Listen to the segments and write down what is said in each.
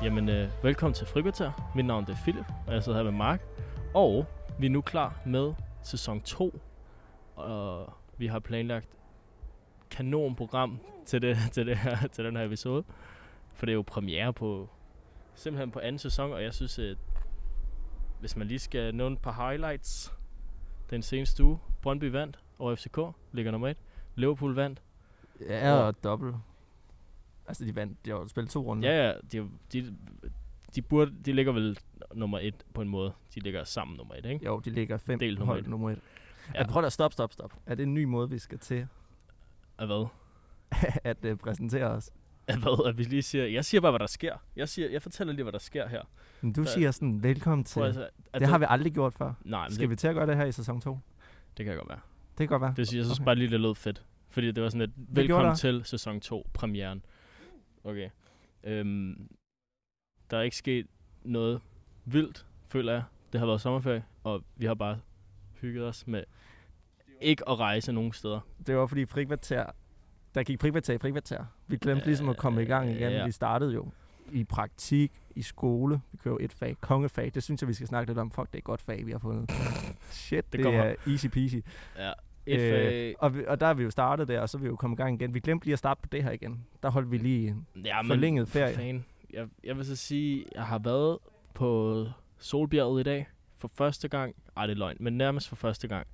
Jamen, velkommen til Frikvarter. Mit navn er Philip, og jeg sidder her med Mark. Og vi er nu klar med sæson 2. Og vi har planlagt kanonprogram til den her episode. For det er jo premiere på simpelthen på anden sæson, og jeg synes, at hvis man lige skal nå et par highlights. Den seneste uge, Brøndby vandt over FCK, ligger nummer 1. Liverpool vandt. Ja, og dobbelt. Altså, de vandt, de har spillet 2 runder. Ja, de ligger vel nummer 1 på en måde. De ligger sammen nummer 1, ikke? Jo, de ligger 5 højt nummer 1. Ja. Prøv at stop. Er det en ny måde, vi skal til Af hvad? at præsentere os? Af hvad? At vi lige siger... Jeg siger bare, hvad der sker. Jeg fortæller lige, hvad der sker her. Men du siger sådan, velkommen til... Altså, det har vi aldrig gjort før. Nej, men skal vi til at gøre det her i sæson 2? Det kan godt være. Det kan godt være. Det synes jeg bare lige, det lød fedt. Fordi det var sådan et velkommen til sæson 2, premieren. Okay. Der er ikke sket noget vildt, føler jeg. Det har været sommerferie, og vi har bare hygget os med ikke at rejse nogen steder. Det var fordi der gik frikvarter. Vi glemte ligesom at komme i gang igen. Ja. Vi startede jo i praktik, i skole. Vi kører et fag, kongefag. Det synes jeg, vi skal snakke lidt om. Fuck, det er et godt fag, vi har fundet. Shit, det er easy peasy. Ja. Og der er vi jo startet der, og så er vi jo kommet i gang igen. Vi glemte lige at starte på det her igen. Der holdt vi lige forlænget ferie. Jeg vil så sige, jeg har været på Solbjerget i dag for første gang. Ej, det er løgn, men nærmest for første gang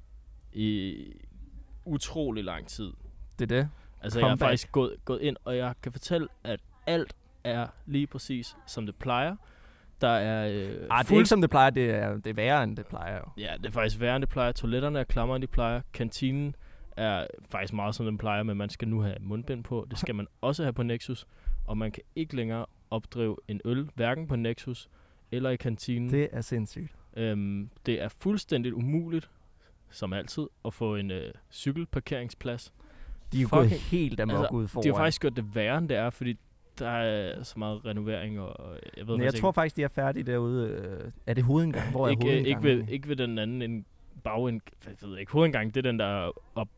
i utrolig lang tid. Det er det. Altså, jeg har faktisk gået ind, og jeg kan fortælle, at alt er lige præcis, som det plejer. Der er... det er ikke som det plejer, det er værre, end det plejer jo. Ja, det er faktisk værre, end det plejer. Toiletterne er klammere, end de plejer. Kantinen er faktisk meget, som den plejer, men man skal nu have mundbind på. Det skal man også have på Nexus, og man kan ikke længere opdrive en øl, hverken på Nexus eller i kantinen. Det er sindssygt. Det er fuldstændigt umuligt, som altid, at få en cykelparkeringsplads. De er jo gået helt amok ud foran. De har faktisk gjort det værre, end det er, fordi der er så meget renovering, og jeg tror faktisk, de er færdige derude. Er det hovedindgang? Hvor er hovedindgangen? Ikke ved den anden jeg ved ikke, hovedindgang, det er den der op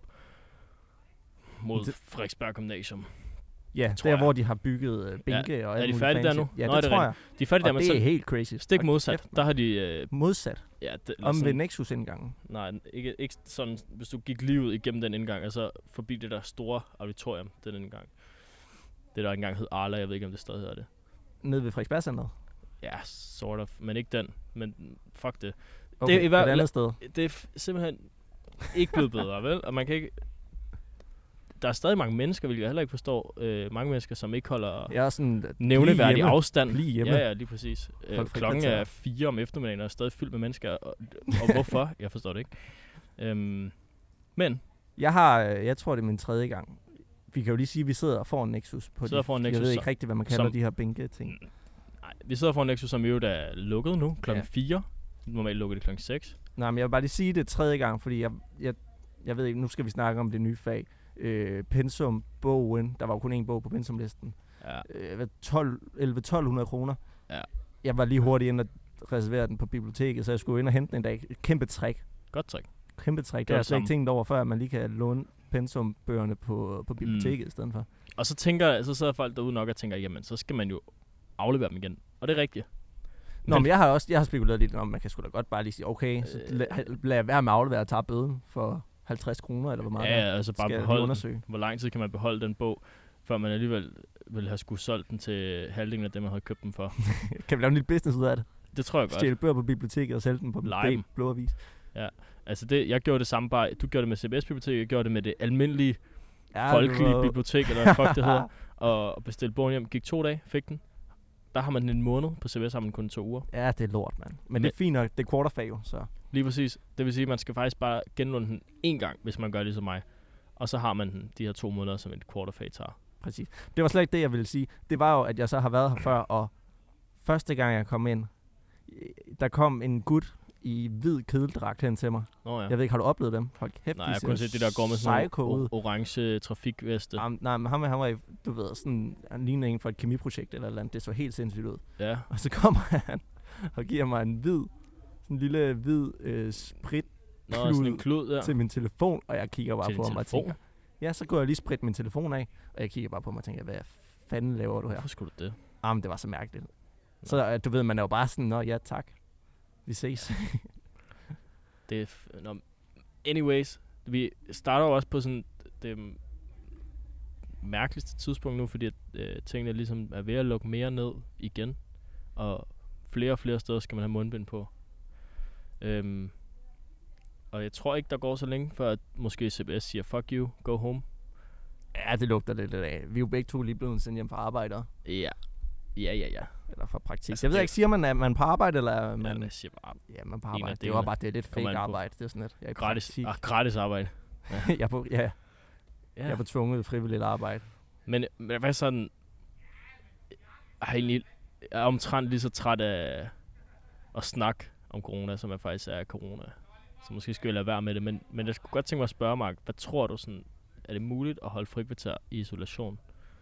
mod Frederiksberg Gymnasium. Ja, der hvor de har bygget bænke og alt muligt. Er de færdige der nu? Ja, det tror jeg. De er færdige der, men det er helt crazy. Stik modsat. Der har de... modsat? Ja. Om ved Nexus-indgangen? Nej, ikke sådan, hvis du gik lige ud igennem den indgang, og så forbi det der store auditorium, den indgang. Det der engang hed Arla, jeg ved ikke, om det stadig hedder det. Nede ved Frederiksberg-centret? Ja, sort of, men ikke den. Men fuck det. Okay, det er et andet sted. Det er simpelthen ikke blevet bedre, vel? Og man kan ikke... Der er stadig mange mennesker, hvilket jeg heller ikke forstår. Mange mennesker, som ikke holder sådan nævneværdig afstand. Ja, lige præcis. Klokken er 4 om eftermiddagen, og er stadig fyldt med mennesker. Og hvorfor? Jeg forstår det ikke. Men... Jeg tror, det er min 3. gang. Vi kan jo lige sige, at vi sidder foran Nexus. Jeg ved ikke rigtigt, hvad man kalder de her bænke-ting. Nej, vi sidder foran Nexus, som jo er lukket nu, klokken 4. Normalt lukker det klokken 6. Nej, men jeg vil bare lige sige det 3. gang, fordi jeg ved ikke, nu skal vi snakke om det nye fag. Pensum-bogen, der var jo kun én bog på pensumlisten. Ja. 1100 kroner. Ja. Jeg var lige hurtigt ind og reservere den på biblioteket, så jeg skulle ind og hente den en dag. Kæmpe trick. Godt trick. Kæmpe trick. Det har jeg slet ikke tænkt over før, at man lige kan låne pensumbøgerne på biblioteket i stedet for. Og så sidder folk derude nok og tænker, jamen så skal man jo aflevere dem igen. Og det er rigtigt. Men jeg har spekuleret lidt om, man kan sgu da godt bare lige sige, okay, så lad være med at aflevere og tage bøden for 50 kroner, eller hvor meget altså bare beholde den. Hvor lang tid kan man beholde den bog, før man alligevel ville have skulle solgt den til halvdelen af dem, man havde købt den for. Kan vi lave en lille business ud af det? Det tror jeg godt. Stjæle bøger på biblioteket og sælge den på Blå Avis. Ja, altså jeg gjorde det samme bare. Du gjorde det med CBS-biblioteket, jeg gjorde det med det almindelige folkelige bibliotek, eller hvad fuck det hedder, og bestilte bogen hjem. Gik 2 dage, fik den. Der har man en måned, på CBS har man kun 2 uger. Ja, det er lort, mand. Men det er fint nok, det er quarterfag jo, så... Lige præcis. Det vil sige, at man skal faktisk bare genlåne den 1 gang, hvis man gør ligesom mig. Og så har man de her 2 måneder, som et quarterfag tager. Præcis. Det var slet ikke det, jeg ville sige. Det var jo, at jeg så har været her før, og første gang jeg kom ind, der kom en gut i hvid kedeldragt hen til mig. Ja. Jeg ved ikke, har du oplevet dem? Hold kæft, nej, jeg kunne se det der går med sådan en orange trafikveste. Nej, men han var, du ved, sådan, han lignede en for et kemiprojekt eller andet. Det så helt sindssygt ud. Ja. Og så kommer han og giver mig en lille hvid sprit klud til min telefon, og jeg kigger bare på ham og tænker, ja, så går jeg lige spritte min telefon af, og jeg kigger bare på mig og tænker, hvad fanden laver du her? Hvorfor skulle du det? Men det var så mærkeligt. Så du ved, man er jo bare sådan, nå ja, tak. Vi ses. Anyways, vi starter jo også på sådan det mærkeligste tidspunkt nu, fordi tingene ligesom er ved at lukke mere ned igen. Og flere og flere steder skal man have mundbind på. Og jeg tror ikke, der går så længe, før at måske CBS siger, fuck you, go home. Ja, det lugter lidt af. Vi er jo begge to lige blevet sendt hjem fra arbejde. Ja. Eller fra praktik. Altså, jeg ved ikke, siger man, at man på arbejde, eller er man... Ja, jeg siger bare... Ja, man på arbejde. Det var bare det lidt fake arbejde. Det er sådan lidt... Jeg er gratis arbejde. Ja. Jeg er på tvunget frivilligt arbejde. Men hvad sådan... Jeg er omtrent lige så træt af at snakke om corona, som jeg faktisk er af corona. Så måske skal jeg lade være med det. Men jeg skulle godt tænke mig at spørge, Mark, hvad tror du sådan... Er det muligt at holde frikvarter i isolation?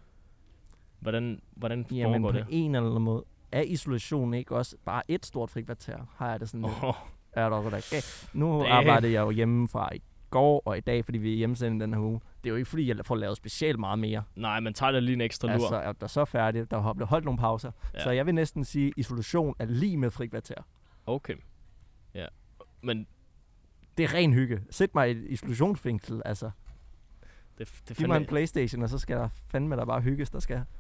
Hvordan foregår det? På en eller anden måde. Er isolationen ikke også bare et stort frikvarter? Har jeg det sådan lidt? Er der okay. Nu arbejder jeg jo hjemme fra i går og i dag, fordi vi er hjemmesendt den her uge. Det er jo ikke, fordi jeg får lavet specielt meget mere. Nej, man tager da lige en ekstra lur. Altså, er der så færdigt. Der har blevet holdt nogle pauser. Ja. Så jeg vil næsten sige, at isolation er lige med frikvarter. Okay. Ja. Men... Det er ren hygge. Sæt mig i et isolationsfængsel, altså. Giv mig en PlayStation, og så skal der fandme der bare hygges, der skal.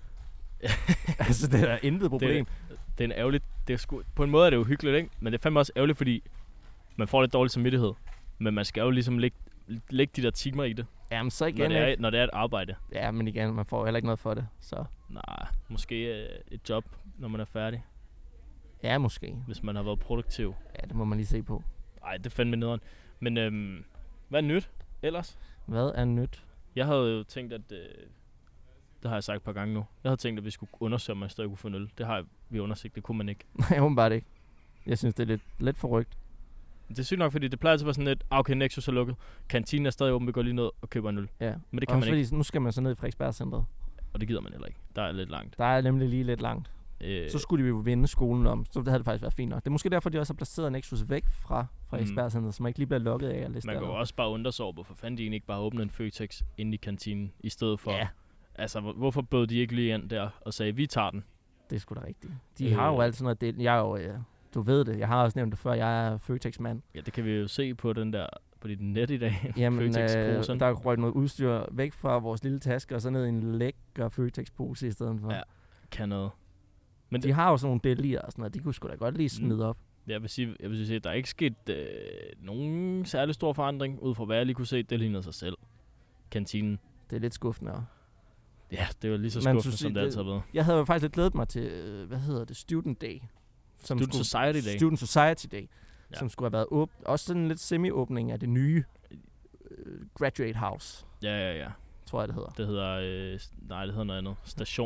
Altså, det er intet problem. Det er en ærgerligt. På en måde er det jo hyggeligt, ikke? Men det er fandme også ærgerligt, fordi man får lidt dårlig samvittighed. Men man skal jo ligesom lægge de der timer i det. Jamen, så igen når det er et arbejde. Ja, men igen, man får heller ikke noget for det, så... Nej, måske et job, når man er færdig. Ja, måske. Hvis man har været produktiv. Ja, det må man lige se på. Nej, det er fandme nederen. Men hvad er nyt ellers? Hvad er nyt? Jeg havde jo tænkt, at... det har jeg sagt et par gange nu. Jeg havde tænkt, at vi skulle undersøge, om man stadig kunne få en øl. Det har vi undersøgt, det kunne man ikke. Nej, åbenbart ikke. Jeg synes, det er lidt forrygt. Det er sygt nok, fordi det plejer til at være sådan lidt, okay, Nexus er lukket. Kantinen er stadig åben, vi går lige ned og køber en øl. Ja. Men det kan man ikke. Fordi nu skal man så ned i Frederiksberg-centret. Og det gider man heller ikke. Der er lidt langt. Der er nemlig lige lidt langt. Så skulle de jo vende skolen om, så det havde det faktisk været fint nok. Det er måske derfor, de også har placeret Nexus væk fra Frederiksberg-centret, så man ikke lige bliver lukket af. Man kan jo også bare undre sig over, hvorfor fanden de ikke bare åbnede en Føtex inde i kantinen, i stedet for... Ja. Altså, hvorfor bød de ikke lige ind der og sagde, vi tager den? Det er sgu da rigtigt. De har jo altid noget... Jeg er jo... Du ved det. Jeg har også nævnt det før. Jeg er Føtex-mand. Ja, det kan vi jo se på den der... På dit net i dag. Jamen, der røg noget udstyr væk fra vores lille taske, og så ned i en lækker Føtex-pose i stedet for. Ja, kan noget. Men de har jo sådan nogle delier og sådan noget. De kunne sgu da godt lige smide op. Jeg vil sige, at der er ikke sket nogen særlig stor forandring, ud fra hvad jeg lige kunne se. Det lignede sig selv. Kantinen. Det er lidt skuffende. Ja, det var lige så skuffende, som det altid har været. Jeg havde jo faktisk lidt glædet mig til, Student Day. Student Society Day. Ja. Som skulle have været også sådan en lidt semi-åbning af det nye Graduate House. Ja. Tror jeg, det hedder. Det hedder noget andet.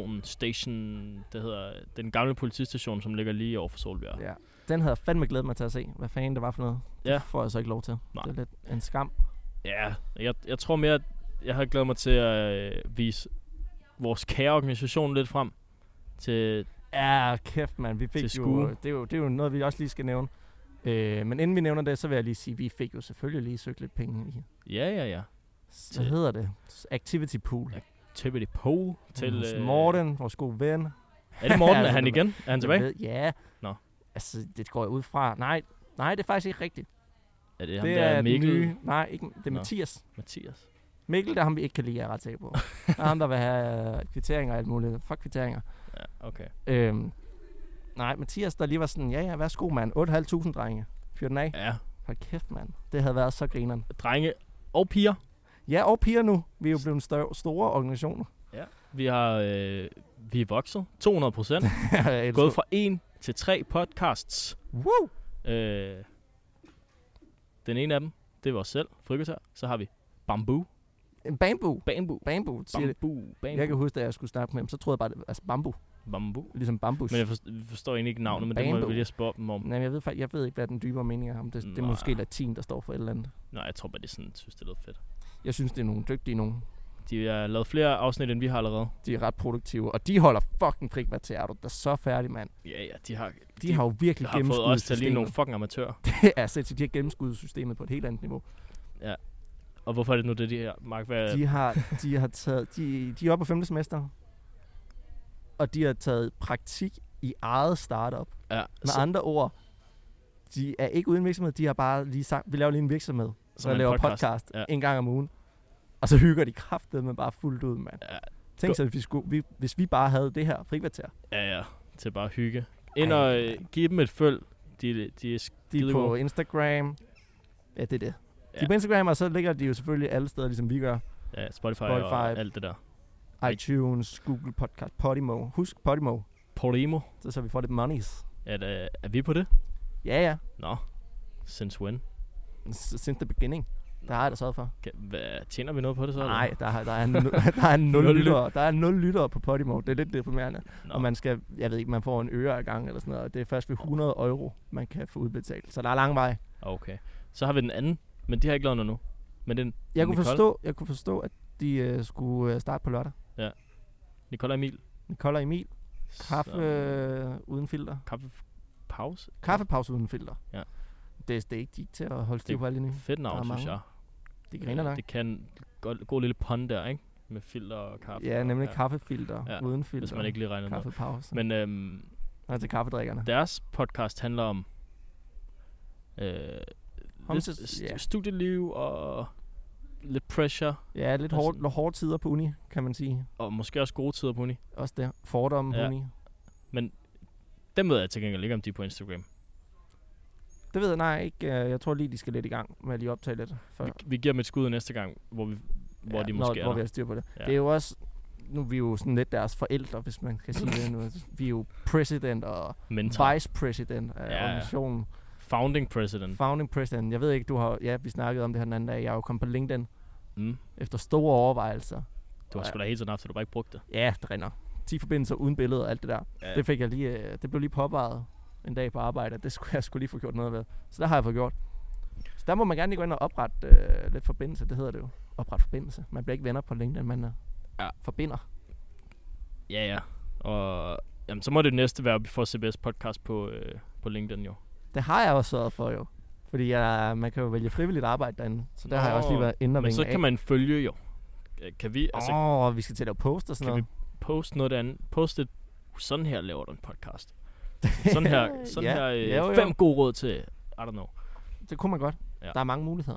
Station, det hedder den gamle politistation, som ligger lige over for Solbjerg. Ja. Den havde jeg fandme glædet mig til at se. Hvad fanden det var for noget. Ja. Det får jeg så ikke lov til. Nej. Det er lidt en skam. Ja, jeg tror mere, at jeg har glædet mig til at vise vores kære-organisation lidt frem til... Ja, kæft mand, vi fik jo... Det er jo noget, vi også lige skal nævne. Men inden vi nævner det, så vil jeg lige sige, at vi fik jo selvfølgelig lige søgt lidt penge i. Ja. Hvad hedder det? Activity Pool. Activity Pool til... Morten, vores gode ven. Er det Morten? Er han igen? Er han tilbage? Ja. Nå. Altså, det går jeg ud fra. Nej, det er faktisk ikke rigtigt. Er det ham, der er Mikkel? Nej, ikke, det er Mathias. Mathias. Mikkel, der er ham, vi ikke kan lide, jeg er ret sikker på. Det er ham, der vil have kvitteringer og alt muligt. Fuck kvitteringer. Ja, okay. Nej, Mathias, der lige var sådan, ja, værsgo, mand. 8.500 drenge. Fyr den af. Ja. Hold kæft, mand. Det havde været så grineren. Drenge og piger. Ja, og piger nu. Vi er jo blevet store organisationer. Ja. Vi er vokset 200%. Gået fra 1 til 3 podcasts. Woo! Den ene af dem, det er vores selv, Frikvarter. Så har vi Bamboo. Bamboo. Jeg kan huske, da jeg skulle snakke med ham, så troede jeg bare, det var bamboo. Bamboo? Ligesom bambus. Men jeg forstår egentlig ikke navnet, men det må jeg lige spørge dem om. Nej, jeg ved ikke, hvad den dybere mening er om. Det er måske latin, der står for et eller andet. Nej, jeg tror bare, det er sådan, synes, det er lidt fedt. Jeg synes, det er nogle dygtige nogen. De har lavet flere afsnit, end vi har allerede. De er ret produktive, og de holder fucking Frikvarter. Er du da så færdig, mand? Ja, de har jo virkelig gennemskuddet systemet. De har fået os til lige nogle fucking amatører. Det er sindssygt, de har gennemskuddet systemet på et helt andet niveau. Ja. Og hvorfor er det nu det, de her, Mark? De er oppe på 5. semester. og de har taget praktik i eget startup. Ja, Med andre ord, de er ikke uden virksomhed, de har bare lige sagt, vi laver lige en virksomhed, så jeg laver podcast en gang om ugen. Og så hygger de kraftedeme bare fuldt ud, mand. Ja. Tænk så, hvis vi bare havde det her frikvarter. Ja, til bare hygge. Ind og give dem et følg. De er på Instagram. Ja, det er det. Ja. De er på Instagram, og så ligger de jo selvfølgelig alle steder, ligesom vi gør. Ja, Spotify og alt det der. iTunes, Google Podcast, Podimo. Husk Podimo. Så vi får lidt monies. Er vi på det? Ja. Nå. Since when? Since the beginning. Der har jeg da sørget for. Tjener vi noget på det så? Nej, der er 0 lyttere. Der er 0 lyttere på Podimo. Det er lidt deprimerende. Og man skal, jeg ved ikke, man får en øre i gang eller sådan noget. Det er først ved 100 euro, man kan få udbetalt. Så der er lang vej. Okay. Så har vi den anden, men de har ikke lavet noget nu. Men den jeg kunne forstå, at de skulle starte på lørdag. Ja. Nicole og Emil. Kaffe uden filter. Kaffepause uden filter. Ja. Det er ikke de til at holde styr på alle nu. Fedt navn, synes jeg. Det griner nok. Det kan gå lille pun der, ikke? Med filter og kaffe. Ja, nemlig kaffefilter uden filter. Hvis man ikke lige regner noget. Kaffepause. Men til kaffedrikkerne. Deres podcast handler om studieliv og lidt pressure. Ja, lidt hårde tider på uni, kan man sige. Og måske også gode tider på uni. Også der. Fordomme på uni. Men dem ved jeg til gengæld ikke, om de er på Instagram. Det ved jeg ikke. Jeg tror lige, de skal lidt i gang med at lige optage lidt. Vi giver dem et skud næste gang, hvor de måske er hvor vi har styr på det. Ja. Det er jo også... Nu er vi jo sådan lidt deres forældre, hvis man kan sige det nu. Vi er jo president og vice president af organisationen. Founding president. Jeg ved ikke, du har... Ja, vi snakkede om det her den anden dag. Jeg er jo kommet på LinkedIn. Efter store overvejelser. Du har sgu da helt sådan haft, så du bare ikke brugte det. Ja, det rinder. 10 forbindelser uden billeder og alt det der. Ja. Det fik jeg lige... Det blev lige påvejet en dag på arbejde. Det skulle jeg lige få gjort noget ved. Så der har jeg fået gjort. Så der må man gerne lige gå ind og oprette lidt forbindelse. Det hedder det jo. Opret forbindelse. Man bliver ikke venner på LinkedIn, man forbinder. Ja. Og jamen, så må det næste være, at vi får CBS podcast på LinkedIn jo. Det har jeg også sørget for jo. Fordi man kan jo vælge frivilligt arbejde derinde. Så der har jeg også lige været inde og vinge af. Men så kan man følge jo. Kan vi... vi skal til at poste og sådan noget. Kan vi poste noget andet? Poste sådan her laver du en podcast. Sådan her 5 gode råd til, I don't know. Det kunne man godt. Ja. Der er mange muligheder.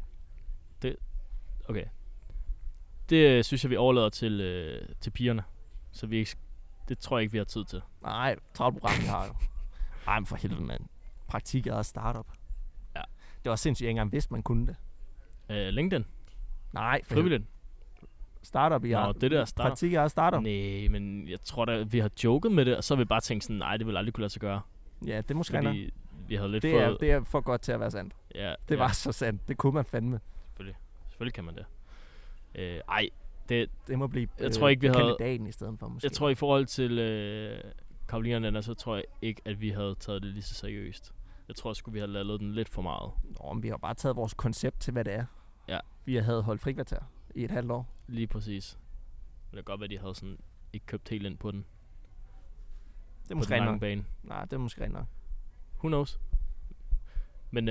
Okay. Det synes jeg, vi overlader til pigerne. Så det tror jeg ikke, vi har tid til. Nej, travlt program, vi har jo. Ej, men for helvede, mand. Praktik er startup. Ja. Det var sindssygt, jeg ikke engang vidste, man kunne det. LinkedIn? Nej. Frivilligt? Startup, ja. Det der startup. Praktik er startup. Nej, men jeg tror da, vi har joket med det, og så har vi bare tænkt sådan, nej, det vil aldrig kunne lade sig gøre. Ja, det måske fordi vi havde lidt det er for godt til at være sandt. Ja, det var så sandt. Det kunne man fandme. Selvfølgelig kan man det. Det må blive jeg tror ikke, vi havde kandidaten i stedet for, måske. Jeg tror i forhold til Karoline, så tror jeg ikke, at vi havde taget det lige så seriøst. Jeg tror sgu, vi havde lavet den lidt for meget. Men vi har bare taget vores koncept til, hvad det er. Ja. Vi havde holdt frikvarter i et halvt år. Lige præcis. Men det kan godt være, de havde sådan ikke købt helt ind på den. Det er måske nok. Nej, det er måske nok. Who knows? Men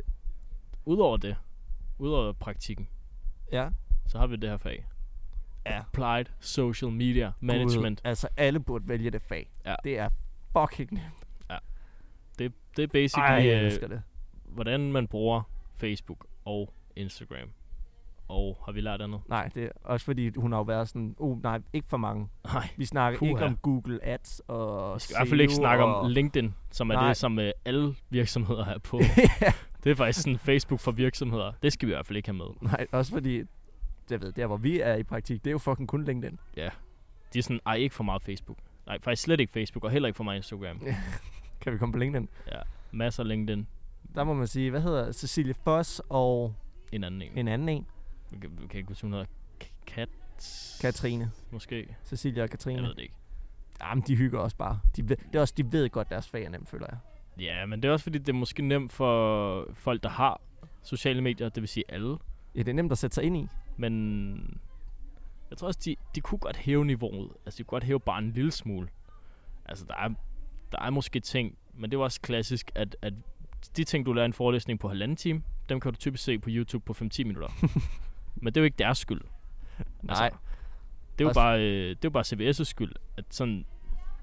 udover praktikken, så har vi det her fag. Ja. Applied Social Media Management. Altså alle burde vælge det fag. Ja. Det er fucking nemt. Ja. Det er basically hvordan man bruger Facebook og Instagram. Og har vi lært andet? Nej, det er også fordi hun har jo været sådan, nej, ikke for mange. Nej. Vi snakker ikke om Google Ads og vi skal i hvert fald ikke snakke om LinkedIn, som er det, som alle virksomheder er på. Det er faktisk sådan Facebook for virksomheder. Det skal vi i hvert fald ikke have med. Nej, også fordi, der hvor vi er i praktik, det er jo fucking kun LinkedIn. Ja. De er sådan, ikke for meget Facebook. Nej, faktisk slet ikke Facebook, og heller ikke for meget Instagram. Kan vi komme på LinkedIn? Ja, masser af LinkedIn. Der må man sige, hvad hedder Cecilie Foss og... En anden en. Vi kan ikke huske, hun hedder Katrine. Måske. Cecilia og Katrine. Jeg ved det ikke. Jamen, de hygger også bare. De ved godt, deres fag er nemt, føler jeg. Ja, men det er også fordi, det er måske nemt for folk, der har sociale medier, det vil sige alle. Ja, det er nemt at sætte sig ind i. Men jeg tror også, de kunne godt hæve niveauet. Altså, de kunne godt hæve bare en lille smule. Altså, der er måske ting, men det er også klassisk, at de ting, du lærer en forelæsning på 1,5 time, dem kan du typisk se på YouTube på 5-10 minutter. Men det er jo ikke deres skyld. Nej. Det er jo bare CBS' skyld, at sådan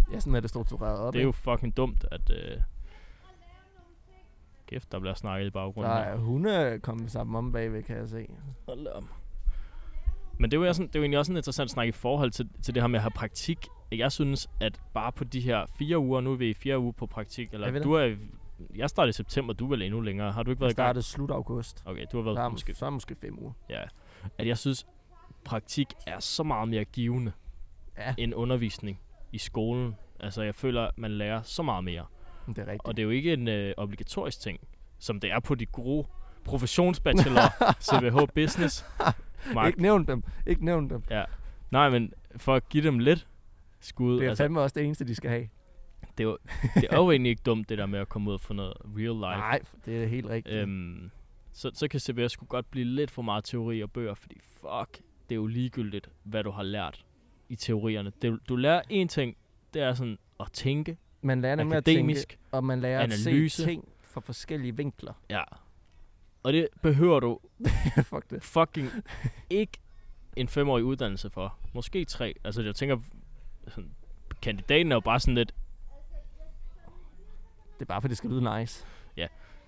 Ja, sådan er det struktureret op. Det er jo fucking dumt, at... Kæft, der bliver snakket i baggrunden. Der er hunde kommet sammen om bagved, kan jeg se. Hold da op. Men det er jo egentlig også en interessant snak i forhold til det her med at have praktik. Jeg synes, at bare på de her 4 uger, nu er vi i 4 uger på praktik, eller jeg startede i september, du er vel endnu længere. Har du ikke været i gang? Jeg startede slut august. Okay, du har været så måske 5 uger. Ja. At jeg synes, praktik er så meget mere givende end undervisning i skolen. Altså, jeg føler, at man lærer så meget mere. Det er rigtigt. Og det er jo ikke en obligatorisk ting, som det er på de gode professionsbachelor, CBH Business. Ikke nævn dem. Ja. Nej, men for at give dem lidt skud. Det er fandme også det eneste, de skal have. Det er jo egentlig ikke dumt, det der med at komme ud og få noget real life. Nej, det er helt rigtigt. Så kan CBS sgu godt blive lidt for meget teori og bøger, fordi fuck, det er jo ligegyldigt, hvad du har lært i teorierne. Du lærer én ting, det er sådan at tænke, man lærer nemlig akademisk, at tænke, og man lærer analyse. At se ting fra forskellige vinkler. Ja. Og det behøver du Fuck det. fucking ikke en 5-årig uddannelse for. Måske 3. Altså jeg tænker, sådan, kandidaten er jo bare sådan lidt... Det er bare for, det skal lyde nice. Ja.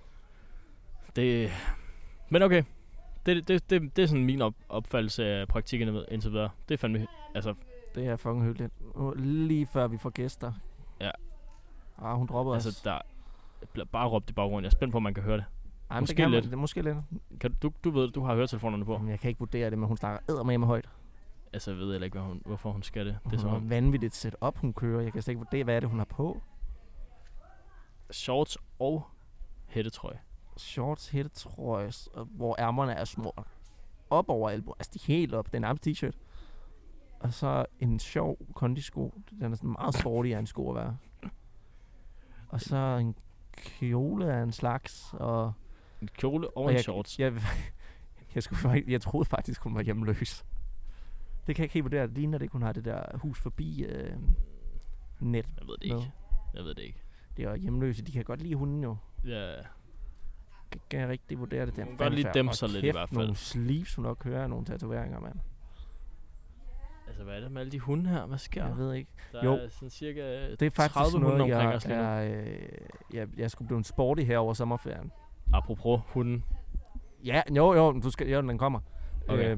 Men okay. Det er sådan min opfattelse af praktikkerne indtil videre. Det er fandme... Altså... Det er fucking hyggeligt. Lige før vi får gæster. Ja. Hun dropper os. Altså, der bliver bare råbt i baggrunden. Jeg er spændt på, om man kan høre det. Ej, måske lidt. Det måske lidt. Du ved, du har høretelefonerne på. Jamen, jeg kan ikke vurdere det, men hun snakker eddermame højt. Altså, jeg ved heller ikke, hvorfor hun skal det. Det er sådan vanvittigt setup, hun kører. Jeg kan slet ikke vurdere, hvad er det, hun har på. Shorts og hættetrøje. Shorts, hættetrøje, hvor ærmerne er små. Op over albuen. Altså, de er helt op. Det er nærmest t-shirt. Og så en sjov kondisko. Den er sådan meget sporty af en sko at være. Og så en kjole af en slags. Og en kjole og en shorts. Jeg troede faktisk, hun var hjemløs. Det kan jeg ikke helt vurdere. Det ligner det ikke, hun har det der hus forbi net. Jeg ved det ikke. Det er jo hjemløse. De kan godt lide hunden jo. Ja. Kan jeg rigtig vurdere det? Hun kan godt lide dem så lidt i hvert fald. Nogle sleeves, hun nok kører, nogle tatoveringer, mand. Altså, hvad er det med alle de hunde her? Hvad sker der? Jeg ved ikke. Der er sådan cirka det er faktisk 30 noget, hunde omkring os lige jeg skulle blive en sporty her over sommerferien. Apropos hunden. Ja, den kommer. Okay.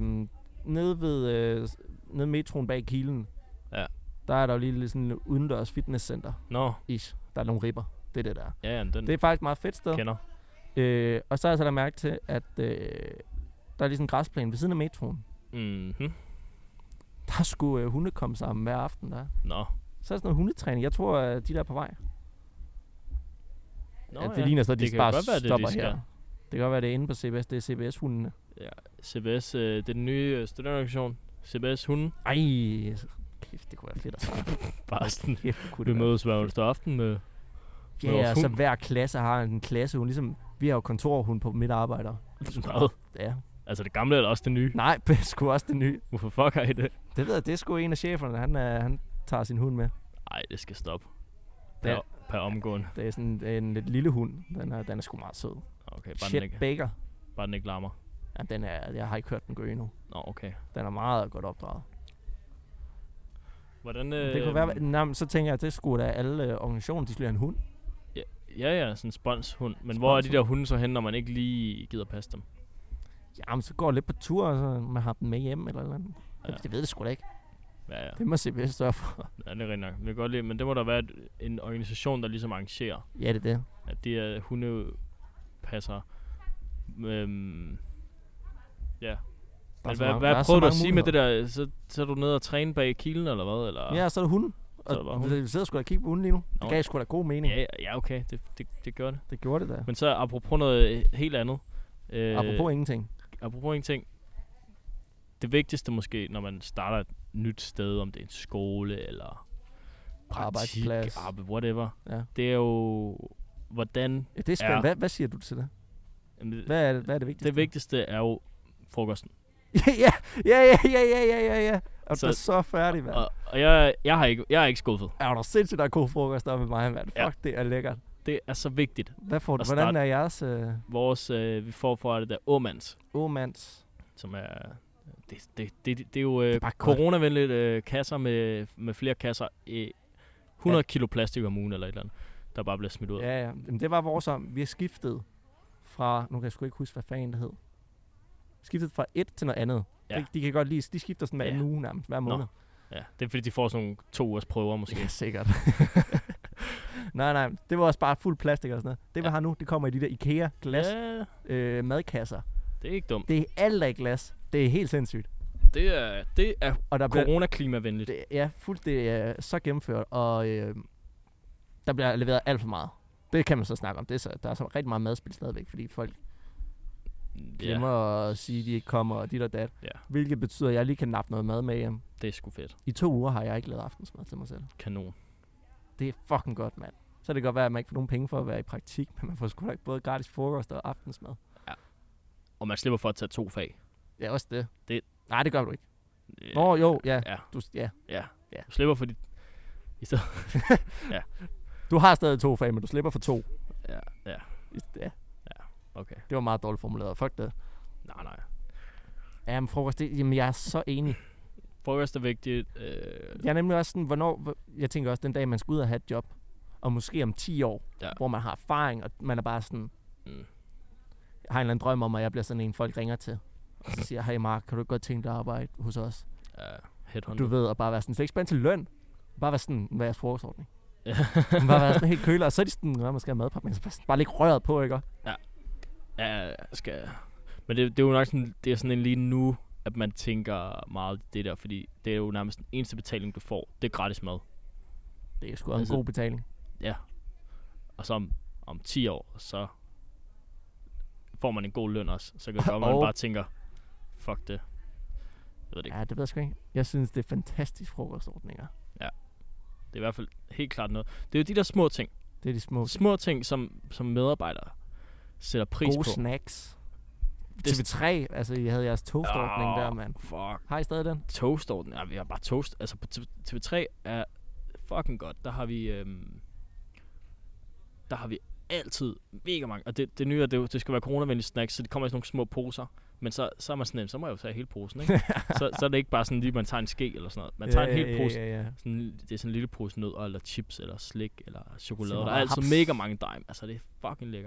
Nede metroen bag Kilen. Ja. Der er der jo lige sådan en udendørs fitnesscenter. Ish. Der er nogle ripper. Det er det der. Ja, det er faktisk et meget fedt sted. Kender. Og så har jeg så mærke til, at der er lige sådan en græsplæne ved siden af metroen. Mhm. Der skulle hunde komme sammen hver aften der. Så er der sådan noget hundetræning. Jeg tror, at de der er på vej. Det ligner så, at de det bare være, stopper det, her. Det kan godt være, det er inde på CBS. Det er CBS-hundene. Ja, CBS, det er den nye studenterorganisation. CBS-hunden. Ej, kæft, det kunne være fedt at sige. Bare sådan, vi mødes hver onsdag aften med ja, så hver klasse har en klassehund. Ligesom, vi har jo kontorhund på mit arbejder. Ja. Altså det gamle eller også det nye? Nej, det er sgu også det nye. Hvorfor fuck har I det? Det ved jeg, det er sgu en af cheferne. Han tager sin hund med. Nej, det skal stoppe. Per omgående. Det er sådan en lidt lille hund. Den er sgu meget sød. Okay, Baker. Bare den ikke larmer. Ja, jeg har ikke hørt den gå endnu. Okay. Den er meget godt opdraget. Hvordan... Det kunne være... så tænker jeg, at det skulle da alle organisationer, de skulle have en hund. Ja, sådan en sponshund. Men hvor er de der hunde så hen, når man ikke lige gider passe dem? Jamen, så går lidt på tur, og så man har dem med hjem eller noget. Ja. Det ved det sgu da ikke. Ja. Det må CBS større for. Ja, det er rigtig nok. Jeg kan godt lide, men det må der være en organisation, der ligesom arrangerer. Ja, det er det. At de er hundepasser. Ja. Men hvad prøver du at sige med det der? Så er du nede og træne bag Kilen, eller hvad? Eller? Ja, så er det hunden. Og vi sidder sgu da og kigge på hunden lige nu. Det gav sgu da god mening. Ja, okay. Det gjorde det. Det gjorde det da. Men så apropos noget helt andet. Apropos ingenting. Det vigtigste måske, når man starter et nyt sted, om det er en skole eller praktik, whatever. Ja. Det er jo, hvordan det er spændende. Hvad siger du til det? Hvad er det vigtigste? Det vigtigste er jo frokosten. Ja. Og du er så færdig, mand. Og jeg er ikke skuffet. Er der sindssygt, der er god frokost der med mig, mand? Fuck, det er lækkert. Det er så vigtigt. Hvad får du? Hvordan er jeres? Vi får fra det der Åmands. Som er... Det er jo coronavenligt kasser med flere kasser. 100 kilo plastik om ugen eller et eller andet, der bare bliver smidt ud. Ja. Men det var vores om. Vi har skiftet fra, nu kan jeg sgu ikke huske, hvad fanden det hed. Skiftet fra et til noget andet. Ja. De kan godt lide, de skifter sådan hver en uge nærmest, hver måned. Ja, det er fordi, de får sådan nogle 2 ugers prøver måske. Ja, sikkert. nej, det var også bare fuld plastik og sådan noget. Det vi har nu, det kommer i de der IKEA glas madkasser. Det er ikke dumt. Det er alt af glas. Det er helt sindssygt. Det er og der corona-klimavenligt. Det er så gennemført, og der bliver leveret alt for meget. Det kan man så snakke om. Der er så rigtig meget madspil stadigvæk, fordi folk glemmer at sige, at de ikke kommer, og dit og dat. Ja. Hvilket betyder, at jeg lige kan nappe noget mad med hjem. Det er sgu fedt. I 2 uger har jeg ikke lavet aftensmad til mig selv. Kanon. Det er fucking godt, mand. Så det kan godt være, at man ikke får nogen penge for at være i praktik, men man får sgu da ikke både gratis frokost og aftensmad. Ja. Og man slipper for at tage 2 fag. Ja, også det. Nej, det gør du ikke. Ja. Nå, jo, ja. Ja. Du slipper for i stedet. Ja. Du har stadig 2 fag, men du slipper for 2. Ja. Okay. Det var meget dårligt formuleret. Fuck det. Nej. Jamen, frokost, jamen, jeg er så enig. Frokost er vigtigt. Jeg er nemlig også sådan, jeg tænker også, den dag, man skal ud og have et job, og måske om 10 år, hvor man har erfaring, og man er bare sådan, har en eller anden drøm om, at jeg bliver sådan en, folk ringer til. Og så siger, hey Mark, kan du ikke godt tænke dig at arbejde hos os? Headhunter. Du ved, at bare være sådan, slet ikke spændt til løn. Bare være sådan, hvad er jeres frokostordning? Bare være sådan helt køler, og så er de sådan, man skal have madpakke, men bare lægge røret på, ikke? Ja, men det er jo nok sådan, det er sådan en lige nu, at man tænker meget det der, fordi det er jo nærmest den eneste betaling, du får. Det er gratis mad. Det er sgu en god betaling. Ja. Og så om 10 år, så får man en god løn også. Så kan det godt, man bare tænker, fuck det. Jeg ved det ikke. Ja, det ved jeg sgu ikke. Jeg synes, det er fantastisk frokostordninger. Ja. Det er i hvert fald helt klart noget. Det er jo de der små ting. Det er de små ting, som medarbejdere sætter pris på. Gode snacks. TV3, altså I havde jeres toastordning der, mand. Fuck. Har I stadig den? Toastordning? Ja, vi har bare toast. Altså på TV3 er fucking godt. Der har vi altid mega mange. Og det nye er, det skal være coronavenlige snacks, så de kommer i sådan nogle små poser. Men så er man sådan, så må jeg jo tage hele posen, ikke? så er det ikke bare sådan lige, man tager en ske eller sådan noget. Man tager en hel pose. Ja. Sådan, det er sådan en lille pose nødder, eller chips, eller slik, eller chokolade. Der er altid mega mange dime. Altså, det er fucking lækkert.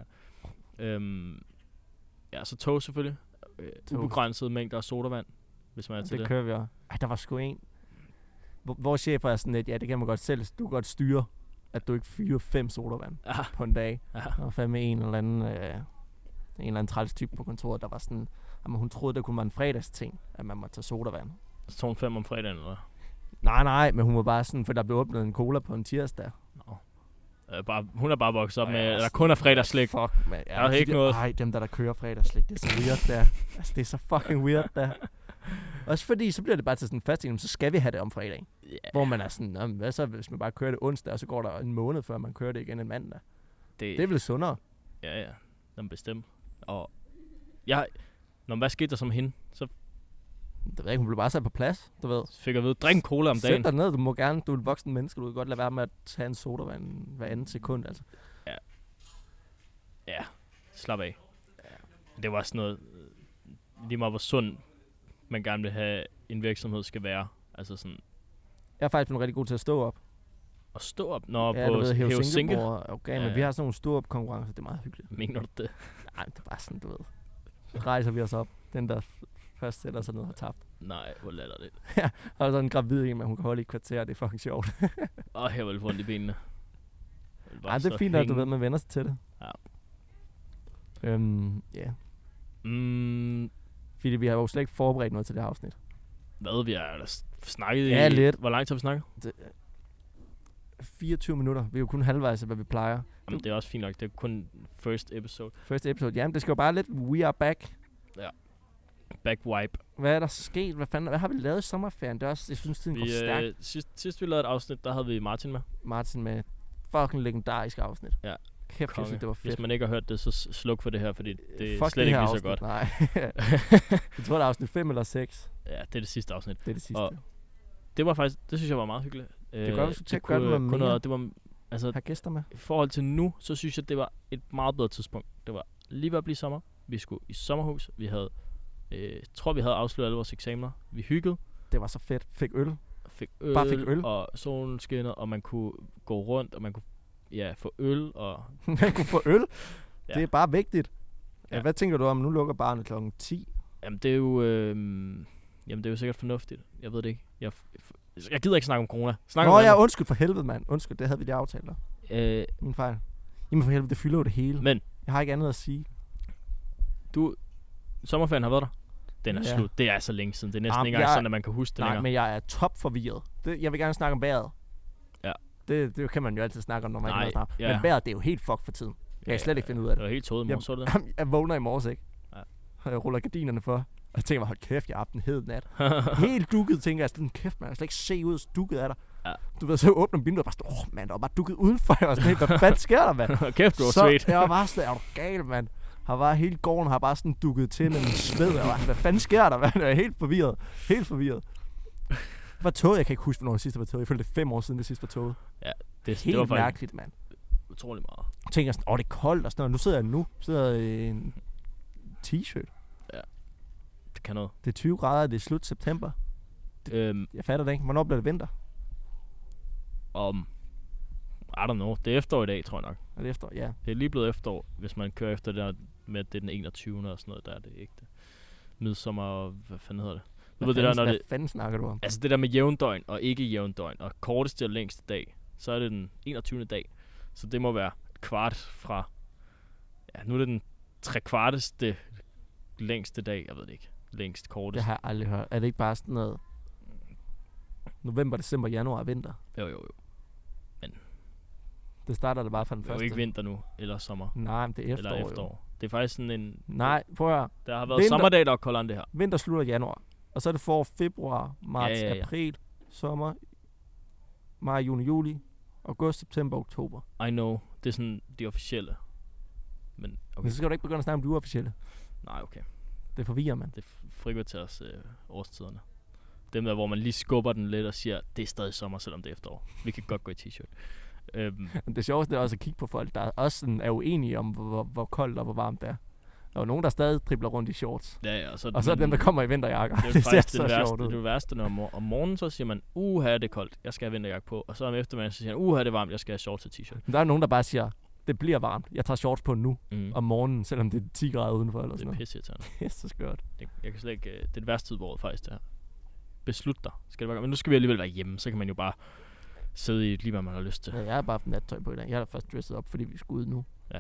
Ja, så toast selvfølgelig. Ubegrænsede mængder af sodavand, hvis man er til det. Det kører vi også. Ej, der var sgu en. Vores chef er sådan lidt, ja, det kan man godt selv. Du kan godt styre, at du ikke fyrer 5 sodavand på en dag. Der var fandme en eller anden træls type på kontoret, der var sådan, at hun troede, det kunne være en fredagsting, at man måtte tage sodavand. Så tog hun 5 om fredagen, eller? Nej, men hun var bare sådan, for der blev åbnet en cola på en tirsdag. Hun er bare vokset op med, at der kun er fredagsslik. Fuck, man. Der er ikke noget. Nej, dem der kører fredagsslik, det er så weird der. Altså, det er så fucking weird der. Også fordi, så bliver det bare til sådan en fast ting, så skal vi have det om fredagen. Yeah. Hvor man er sådan, hvad så hvis man bare kører det onsdag, og så går der en måned, før man kører det igen en mandag. Det er vel sundere. Ja, den bestemt. Og hvad skete der som hende? Så det ved jeg ikke, hun blev bare sat på plads, du ved. Fik jeg ved, drik en cola om dagen. Sæt dig ned, du må gerne, du er et voksen menneske, du kan godt lade være med at tage en sodavand hver anden sekund, altså. Ja, slap af. Ja. Det var sådan noget, lige meget hvor sund man gerne vil have en virksomhed skal være. Altså sådan. Jeg er faktisk blevet rigtig god til at stå op. Og stå op? På Helsinki? Okay, men vi har sådan nogle stå-op-konkurrencer, det er meget hyggeligt. Mener du det? Nej, det er bare sådan, du ved. Så rejser vi os op. Den der først sætter sig ned og har tabt. Nej, hvor latterligt. Ja, og så en gravid en, men hun kan holde i et kvarter, det er fucking sjovt. Jeg vil få ondt i benene. Nej, det er fint, at du ved, man vender sig til det. Ja. Ja. Fordi vi har jo slet ikke forberedt noget til det her afsnit. Hvad? Vi har snakket i... lidt. Hvor lang tid har vi snakket? 24 minutter. Vi er jo kun halvvejs af, hvad vi plejer. Jamen, det er også fint nok. Det er kun first episode. Jamen, det skal jo bare lidt... We are back. Ja. Back wipe. Hvad er der sket? Hvad har vi lavet i sommerferien? Det er også... Jeg synes, tiden går stærkt. Sidst vi lavede et afsnit, der havde vi Martin med. Martin med fucking legendarisk afsnit. Ja. Kæft, jeg synes, det var fedt. Hvis man ikke har hørt det, så sluk for det her, fordi det er slet ikke lige så godt. Nej. Jeg tror, det er afsnit 5 eller 6. Ja, det er det sidste afsnit. Det er det sidste. Og det var faktisk... Det synes jeg var meget hyggeligt. Det gør vi så til at gøre det med mere. Det var... Altså, har gæster med. I forhold til nu, så synes jeg, det var et meget bedre tidspunkt. Det var lige ved at blive sommer. Vi skulle i sommerhus. Vi havde... tror, vi havde afsluttet alle vores eksamener. Vi hyggede. Det var så fedt. Fik øl. fik øl. Og solen skinnede, og man kunne gå rundt, og man kunne få øl. Og man kunne få øl? Ja. Det er bare vigtigt. Ja. Hvad tænker du om, nu lukker barnet klokken 10? Jamen, det er jo sikkert fornuftigt. Jeg ved det ikke. Jeg gider ikke snakke om corona. Undskyld for helvede, mand. Undskyld, det havde vi lige aftalt der. Min fejl. Jamen for helvede, det fylder jo det hele. Men jeg har ikke andet at sige. Sommerferien har været der. Den er slut. Det er så længe siden. Det er næsten ikke engang sådan, at man kan huske det længere. Nej, men jeg er topforvirret. Jeg vil gerne snakke om vejret. Ja. Det kan man jo altid snakke om, når man ikke snakker. Ja. Men vejret, det er jo helt fuck for tiden. Jeg kan slet ikke finde ud af det. Det var helt tåget i morgen, så det. Jeg vågner i morges, ikke? Ja. Og jeg ruller gardinerne for. Og jeg tænker mig, hold kæft, jeg har haft en hed nat. Helt dukket, tænker jeg. Sådan, kæft, man. Jeg kan slet ikke se ud, så dukket er der. Ja. Du ved, så åbner vinduet og bare sådan, mand, der var bare dukket udenfor. Jeg var sådan helt, hvad fanden sker der, mand? Kæft, du var sweet. Jeg var bare sådan, er du gal, mand? Hele gården har bare sådan dukket til med min sved. Hvad fanden sker der, mand? Jeg er helt forvirret. Var toget? Jeg kan ikke huske, hvornår det sidste var toget. Jeg følte, det er 5 år siden, det sidste var toget. Ja, det var mærkeligt, mand. Utrolig meget. Jeg tænker sådan, det er koldt og sådan noget. Nu sidder jeg i en t-shirt. Ja, det kan noget. Det er 20 grader, det er slut september. Jeg fatter det ikke. Hvornår bliver det vinter? I don't know. Det er efterår i dag, tror jeg nok. Er det efterår? Ja. Det er lige blevet efterår, hvis man kører efter det der med, at det er den 21. og sådan noget, der er det ægte. Midsommer og hvad fanden hedder det? Hvad fanden snakker du om? Altså det der med jævndøgn og ikke jævndøgn, og korteste og længste dag, så er det den 21. dag. Så det må være kvart fra, nu er det den 3/4 længste dag, jeg ved det ikke. Længst, kortest. Det har jeg aldrig hørt. Er det ikke bare sådan noget november, december, januar og vinter? Jo. Men det starter da bare fra den første. første. Det er jo ikke vinter nu, eller sommer. Nej, men det er efterår. Eller efterår. Det er faktisk sådan en... Nej, prøv at høre. Der har været sommerdag, der er koldere end det her. Vinter slutter januar. Og så er det for februar, marts, april, sommer, maj, juni, juli, august, september, oktober. I know. Det er sådan de officielle. Men okay. Men så skal du ikke begynde at snakke om de uofficielle. Nej, okay. Det forvirrer, mand. Det frikvarters årstiderne. Dem der, hvor man lige skubber den lidt og siger, det er stadig sommer, selvom det er efterår. Vi kan godt gå i t-shirt. Det sjoveste er også at kigge på folk, der også sådan er uenige om, hvor koldt og hvor varmt det er. Der er nogen, der stadig dribler rundt i shorts. Ja, og så er dem, der kommer i vinterjakker. Det er faktisk det værste, når om morgenen så siger man, det er koldt, jeg skal have vinterjakke på. Og så om eftermiddagen så siger man, det er varmt, jeg skal have shorts og t-shirt. Der er nogen, der bare siger, det bliver varmt, jeg tager shorts på nu om morgenen, selvom det er 10 grader udenfor eller sådan noget. Det er pisseirriterende. Det er så skørt. Jeg kan slet ikke, det er det værste tid på året faktisk, det her. Beslut dig. Men nu skal vi alligevel være hjemme, så kan man jo bare sidde i lige, hvad man har lyst til. Ja, jeg har bare haft nattøj på i dag. Jeg har først dresset op, fordi vi skulle ud nu. Ja.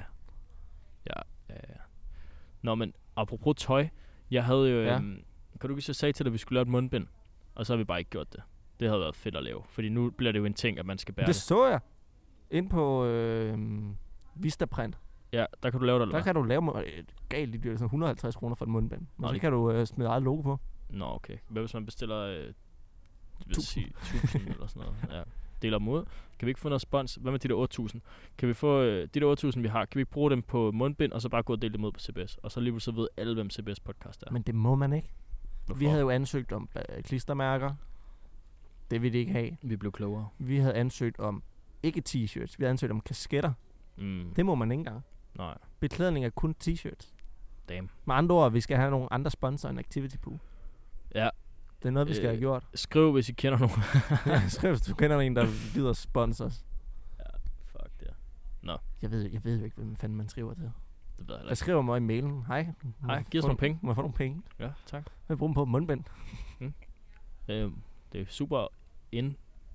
Nå, men apropos tøj, jeg havde jo... kan du ikke så sige til dig, at vi skulle lave et mundbind? Og så har vi bare ikke gjort det. Det havde været fedt at lave, fordi nu bliver det jo en ting, at man skal bære det. Det så jeg. Ind på Vistaprint. Ja, der kan du lave det, eller der kan du lave galt i det, 150 kroner for et mundbind. Men så kan du smide eget logo på. Nå, okay. Hvad hvis man bestiller 1000 eller sådan noget? Ja. Deler dem ud. Kan vi ikke få noget spons? Hvad med de der 8.000? Kan vi få de der 8.000, vi har? Kan vi ikke bruge dem på mundbind, og så bare gå og dele dem ud på CBS? Og så alligevel så ved alle, hvem CBS podcast er. Men det må man ikke. Hvorfor? Vi havde jo ansøgt om klistermærker. Det ville de ikke have. Vi blev klogere. Vi havde ansøgt om ikke t-shirts. Vi havde ansøgt om kasketter. Det må man ikke engang. Nej. Beklædning er kun t-shirts. Damn. Med andre ord, vi skal have nogle andre sponsorer end Activity Pool. Ja. Det er noget, vi skal have gjort. Skriv, hvis I kender nogen. Skriv, hvis du kender en, der gider sponsors. Ja, fuck det. Nå. Jeg ved jo ikke, hvem fanden man skriver til. Det ved jeg jeg skriver mig i mailen. Hej, giv os nogle penge. Må jeg få nogle penge? Ja, tak. Jeg vil bruge dem på mundbind. Det er super ind.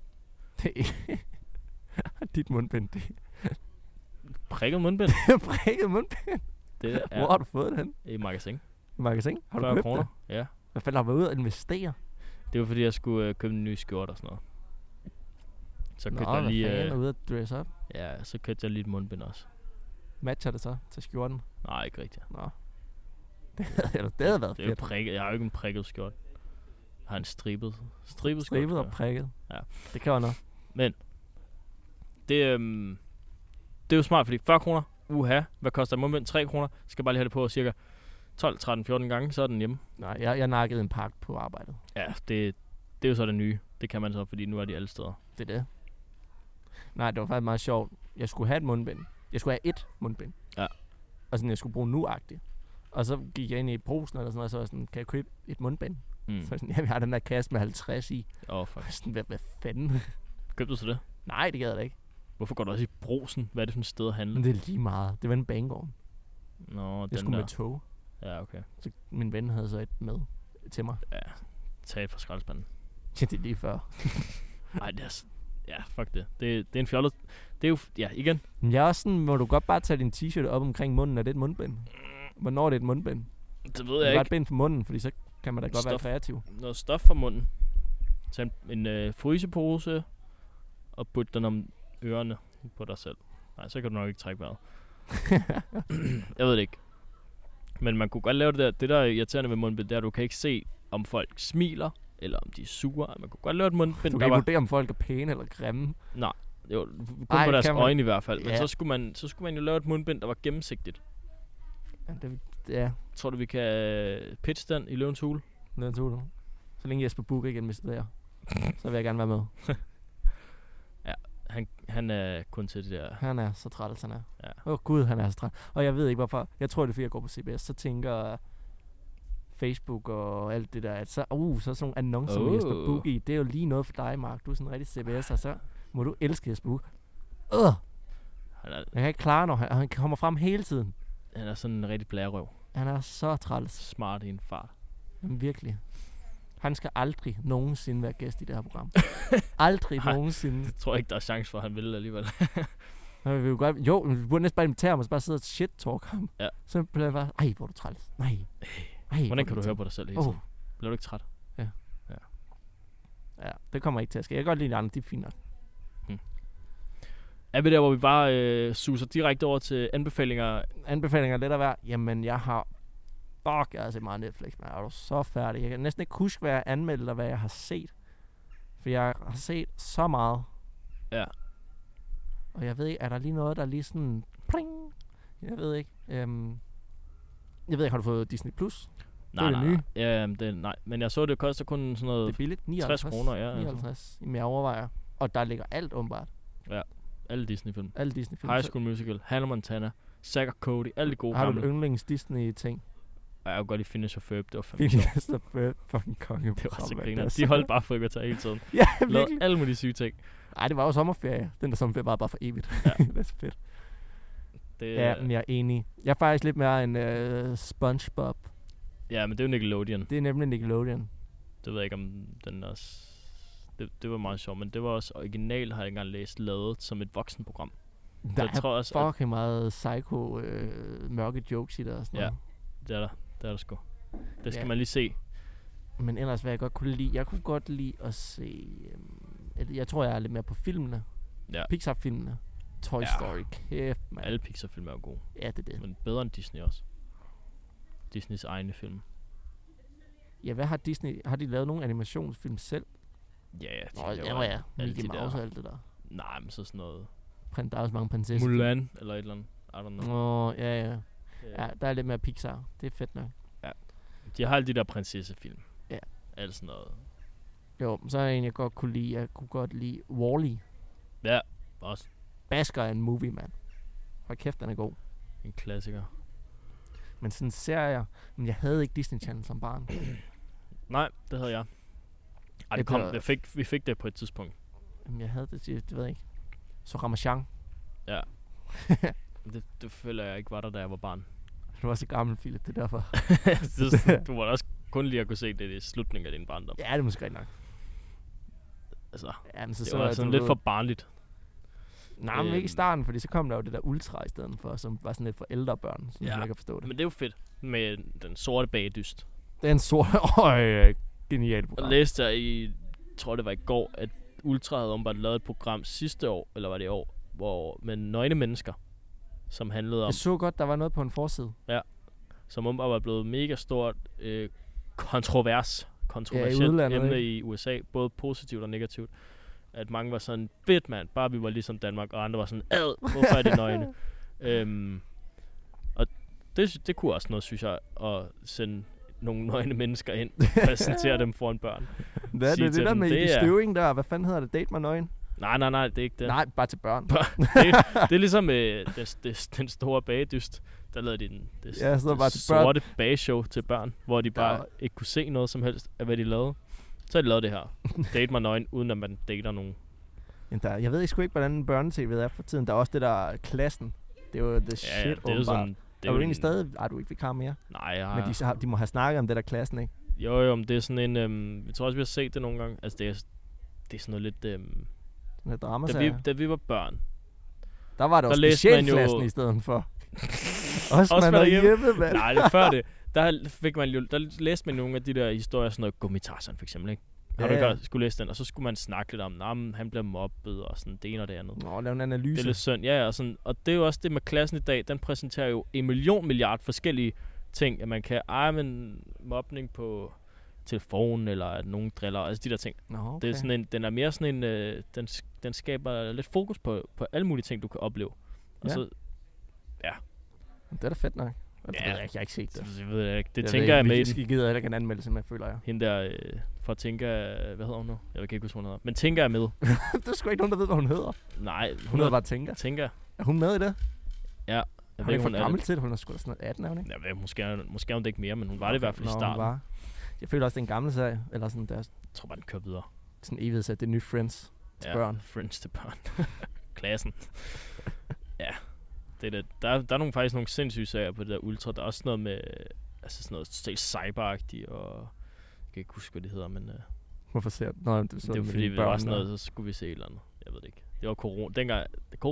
Dit mundbind, det prikket mundbind. Prikket mundbind. Det er hvor har du fået det hen? I magasin. I magasin? Har du købt det? Ja. Hvad fanden har du været ude at investere? Det var fordi jeg skulle købe en ny skjorte og sådan noget. Så købte jeg lige fanden ude at dress up? Ja, så købte jeg lige et mundbind også. Matcher det så til skjorten? Nej, ikke rigtigt. Nå. Det havde været fedt. Prikket. Jeg har jo ikke en prikket skjorte. Jeg har en stribet skjorte. Stribet og prikket. Ja. Det kan jo noget. Men det er jo smart, fordi 40 kroner. Hvad koster mundbind? 3 kroner. Skal bare lige have det på cirka 12, 13, 14 gange, så er den hjemme. Nej, jeg nakkede en pakke på arbejdet. Ja, det er jo så det nye. Det kan man så, fordi nu er de alle steder. Det er det. Nej, det var faktisk meget sjovt. Jeg skulle have et mundbind. Jeg skulle have et mundbind. Ja. Og sådan, jeg skulle bruge nu-agtigt. Og så gik jeg ind i posen eller sådan noget, og så var sådan, kan jeg købe et mundbind? Så sådan, ja, vi har den der kasse med 50 i. Fuck. Sådan, hvad fanden? Købte du så det? Nej, det gad jeg da ikke. Hvorfor går du også i Brugsen? Hvad er det for et sted at handle? Men det er lige meget. Det var en banegård. Nå, jeg den skulle der. med tog. Ja, okay. Så min ven havde så et med til mig. Ja, tag fra skraldespanden. Ja, det er lige før. Nej, det er... Ja, fuck det. Det er en fjollet... Det er jo... Ja, igen. Men jeg er også sådan, må du godt bare tage din t-shirt op omkring munden. Er det et mundbind? Hvornår er det et mundbind? Det ved jeg ikke. ikke. Et bind for munden, fordi så kan man da godt være kreativ. Noget stof fra munden. Tag en frysepose og putte den om ørerne på dig selv. Nej, så kan du nok ikke trække vejret. Jeg ved det ikke. Men man kunne godt lave det der. Det der er irriterende ved mundbind, det er, at du kan ikke se, om folk smiler, eller om de er sure. Man kunne godt lave et mundbind. Du kan ikke vurdere, om folk er pæne eller grimme. Nej, jo, kun på deres øjne i hvert fald. Ja. Men så skulle man jo lave et mundbind, der var gennemsigtigt. Ja. Tror du, vi kan pitche den i Løvens Hule? Løvens Hule. Så længe Jesper Buch ikke investerer der, så vil jeg gerne være med. Ja, han er kun til det der. Han er så træt, han er. Ja. Gud, han er så træt. Og jeg ved ikke hvorfor. Jeg tror, det er fordi, jeg går på CBS. Så tænker Facebook og alt det der, at så sådan nogle annoncer med Jesper Buch i. Det er jo lige noget for dig, Mark. Du er sådan en rigtig CBS'er, så må du elske Jesper Buch. Jeg kan ikke klare, når han kommer frem hele tiden. Han er sådan en rigtig blærerøv. Han er så træls. Smart i en fart. Jamen virkelig. Han skal aldrig nogensinde være gæst i det her program. Aldrig nogensinde. Jeg tror ikke, der er chance for, at han vil alligevel. Vi burde næsten bare invitere ham og bare sidde og shit-talk ham. Ja. Så bliver han bare, ej, hvor er du træls. Nej. Hvordan kan du høre på dig selv hele tiden? Bliver du ikke træt? Ja, det kommer ikke til at ske. Jeg kan godt lide de andre, de er fine nok. Er vi der, hvor vi bare suser direkte over til anbefalinger? Anbefalinger lidt at være. Jamen, jeg har set meget Netflix, men jeg er jo så færdig. Jeg kan næsten ikke huske, hvad jeg anmeldte, og hvad jeg har set. For jeg har set så meget. Ja. Og jeg ved ikke, er der lige noget, der lige sådan... Pling? Jeg ved ikke. Har du fået Disney+? Nej. Ja, nej. Men jeg så, det koster kun sådan noget... Det er billigt. 59 kroner, ja. 59, altså. Jeg overvejer. Og der ligger alt åbenbart. Ja, alle Disney-film. High School Musical, Hannah Montana, Zack og Cody, alle de gode gamle. gamle. Har du yndlings Disney-ting? Jeg kunne godt lide Phineas og Ferb, det var fandme Phineas og Ferb, fucking konge. Det var så griner. De holdt bare frikvarter hele tiden. Ja, lavede alle mulige syge ting. Ej, det var jo sommerferie. Den der sommerferie var bare for evigt. Ja. Det er så fedt. Ja, men jeg er enig. Jeg er faktisk lidt mere en SpongeBob. Ja, men det er jo Nickelodeon. Det er nemlig Nickelodeon. Det ved jeg ikke, om den også... Det var meget sjovt, men det var også originalt, har jeg ikke engang læst, lavet som et voksenprogram. Der er også, fucking meget psycho mørke jokes i det og sådan noget. Det er der sgu. Det skal man lige se. Men ellers, hvad jeg godt kunne lide... Jeg kunne godt lide at se... jeg tror, jeg er lidt mere på filmene. Ja. Pixar-filmene. Toy Story. Kæft, man. Alle Pixar-film er jo gode. Ja, det er det. Men bedre end Disney også. Disneys egne film. Ja, hvad har Disney... Har de lavet nogle animationsfilm selv? Ja. Ja. Mickey Mouse og alt det der. Nej, men så sådan noget... Der er også mange prinsesser. Mulan eller et eller andet. I don't know. Ja, der er lidt mere Pixar. Det er fedt nok. Ja. De har alle de der prinsessefilm. Ja. Alt sådan noget. Jo, så er en, jeg godt kunne lide. Jeg kunne godt lide Wall-E. Ja, også. Basker er en movie, mand. Hold kæft, den er god. En klassiker. Men sådan ser jeg... Men jeg havde ikke Disney Channel som barn. Nej, det havde jeg. Vi fik det på et tidspunkt. Jamen, jeg havde det ved jeg ikke. Så Ramachan. Ja. det føler jeg ikke var der jeg var barn. Du var så gammel, Philip, det er derfor. Du var også kun lige at kunne se det i slutningen af din barndom. Ja, det er måske rigtig nok. Altså, ja, men det var sådan lidt for barnligt. Nej, men ikke i starten, fordi så kom der jo det der Ultra i stedet for, som var sådan lidt for ældre børn, som jeg kan forstå det. Men det er jo fedt med den sorte bagdyst. Det er en sort, genialt program. Og læste jeg tror det var i går, at Ultra havde åbenbart lavet et program sidste år, eller var det i år, med nøgne mennesker, som handlede om... Jeg så godt, der var noget på en forside. Ja, som åbenbart var blevet mega stort kontroversielt emne i USA, både positivt og negativt. At mange var sådan, fedt mand, bare vi var ligesom Danmark, og andre var sådan, hvorfor er det nøgne? Og det kunne også noget, synes jeg, at sende nogle nøgne mennesker ind, præsentere dem foran børn. Hvad er det der med i støving der? Hvad fanden hedder det? Date mig nøgen? Nej, det er ikke det. Nej, bare til børn. Det er ligesom den store bagedyst. Der lavede de det sorte bageshow til børn, hvor de bare ikke kunne se noget som helst af, hvad de lavede. Så har de lavet det her. Date mig nøgen, uden at man dater nogen. Jeg ved sgu ikke, hvordan børne-tv er for tiden. Der er også det der Klassen. Det er jo the shit. Ja, det er jo sådan... Er du egentlig stadig... Ej, du ikke vikar mere? Nej, men de må have snakket om det der Klassen, ikke? Jo, men det er sådan en... jeg tror også, vi har set det nogle gange. Altså, det er sådan noget lidt... sådan noget drama-serie. Da vi var børn. Der var det også specialklassen i stedet for. også man hjemme, mand. Nej, det før det. Der læste man nogle af de der historier, sådan noget Gummitarsan for eksempel, ikke? Har du ikke skulle læse den? Og så skulle man snakke lidt om, han bliver mobbet og sådan det ene og det andet. Lave en analyse. Det er lidt synd, ja. Og det er jo også det med Klassen i dag. Den præsenterer jo 1 milliard forskellige ting, at man kan men mobning på telefon, eller at nogen driller, altså de der ting. Okay. Det er sådan den er mere sådan en, den skaber lidt fokus på alle mulige ting, du kan opleve. Og så, det er da fedt nok. Jeg har ikke set det. Jeg ved ikke. Det tænker jeg med i den. Jeg gider ikke en anmeldelse med, føler jeg. Hende der fra Tinka, hvad hedder hun nu? Jeg kan ikke huske, hvad hun hedder. Men Tinka er med. Der er sgu ikke nogen, der ved, hvad hun hedder. Nej. Hun hedder bare Tinka. Tinka. Er hun med i det? Ja. Hun er ikke for gammel til det. Hun er sgu da sådan 18, er hun ikke? Jeg ved, måske er hun det ikke mere, men hun var det i hvert fald i starten. Jeg føler også, det er en gammel serie. Eller sådan der. Jeg tror bare, den kører videre. Sådan en evighed, det er nye Friends til børn. Friends til børn. Klassen. Ja. Det der er faktisk nogle sindssyge serier på det der Ultra. Der er også noget med, altså sådan noget cyberagtigt, og jeg kan ikke huske, hvad det hedder, men... Hvorfor ser du? Det er jo fordi, vi var sådan noget, så skulle vi se et eller andet. Jeg ved det ikke. Det var corona. Dengang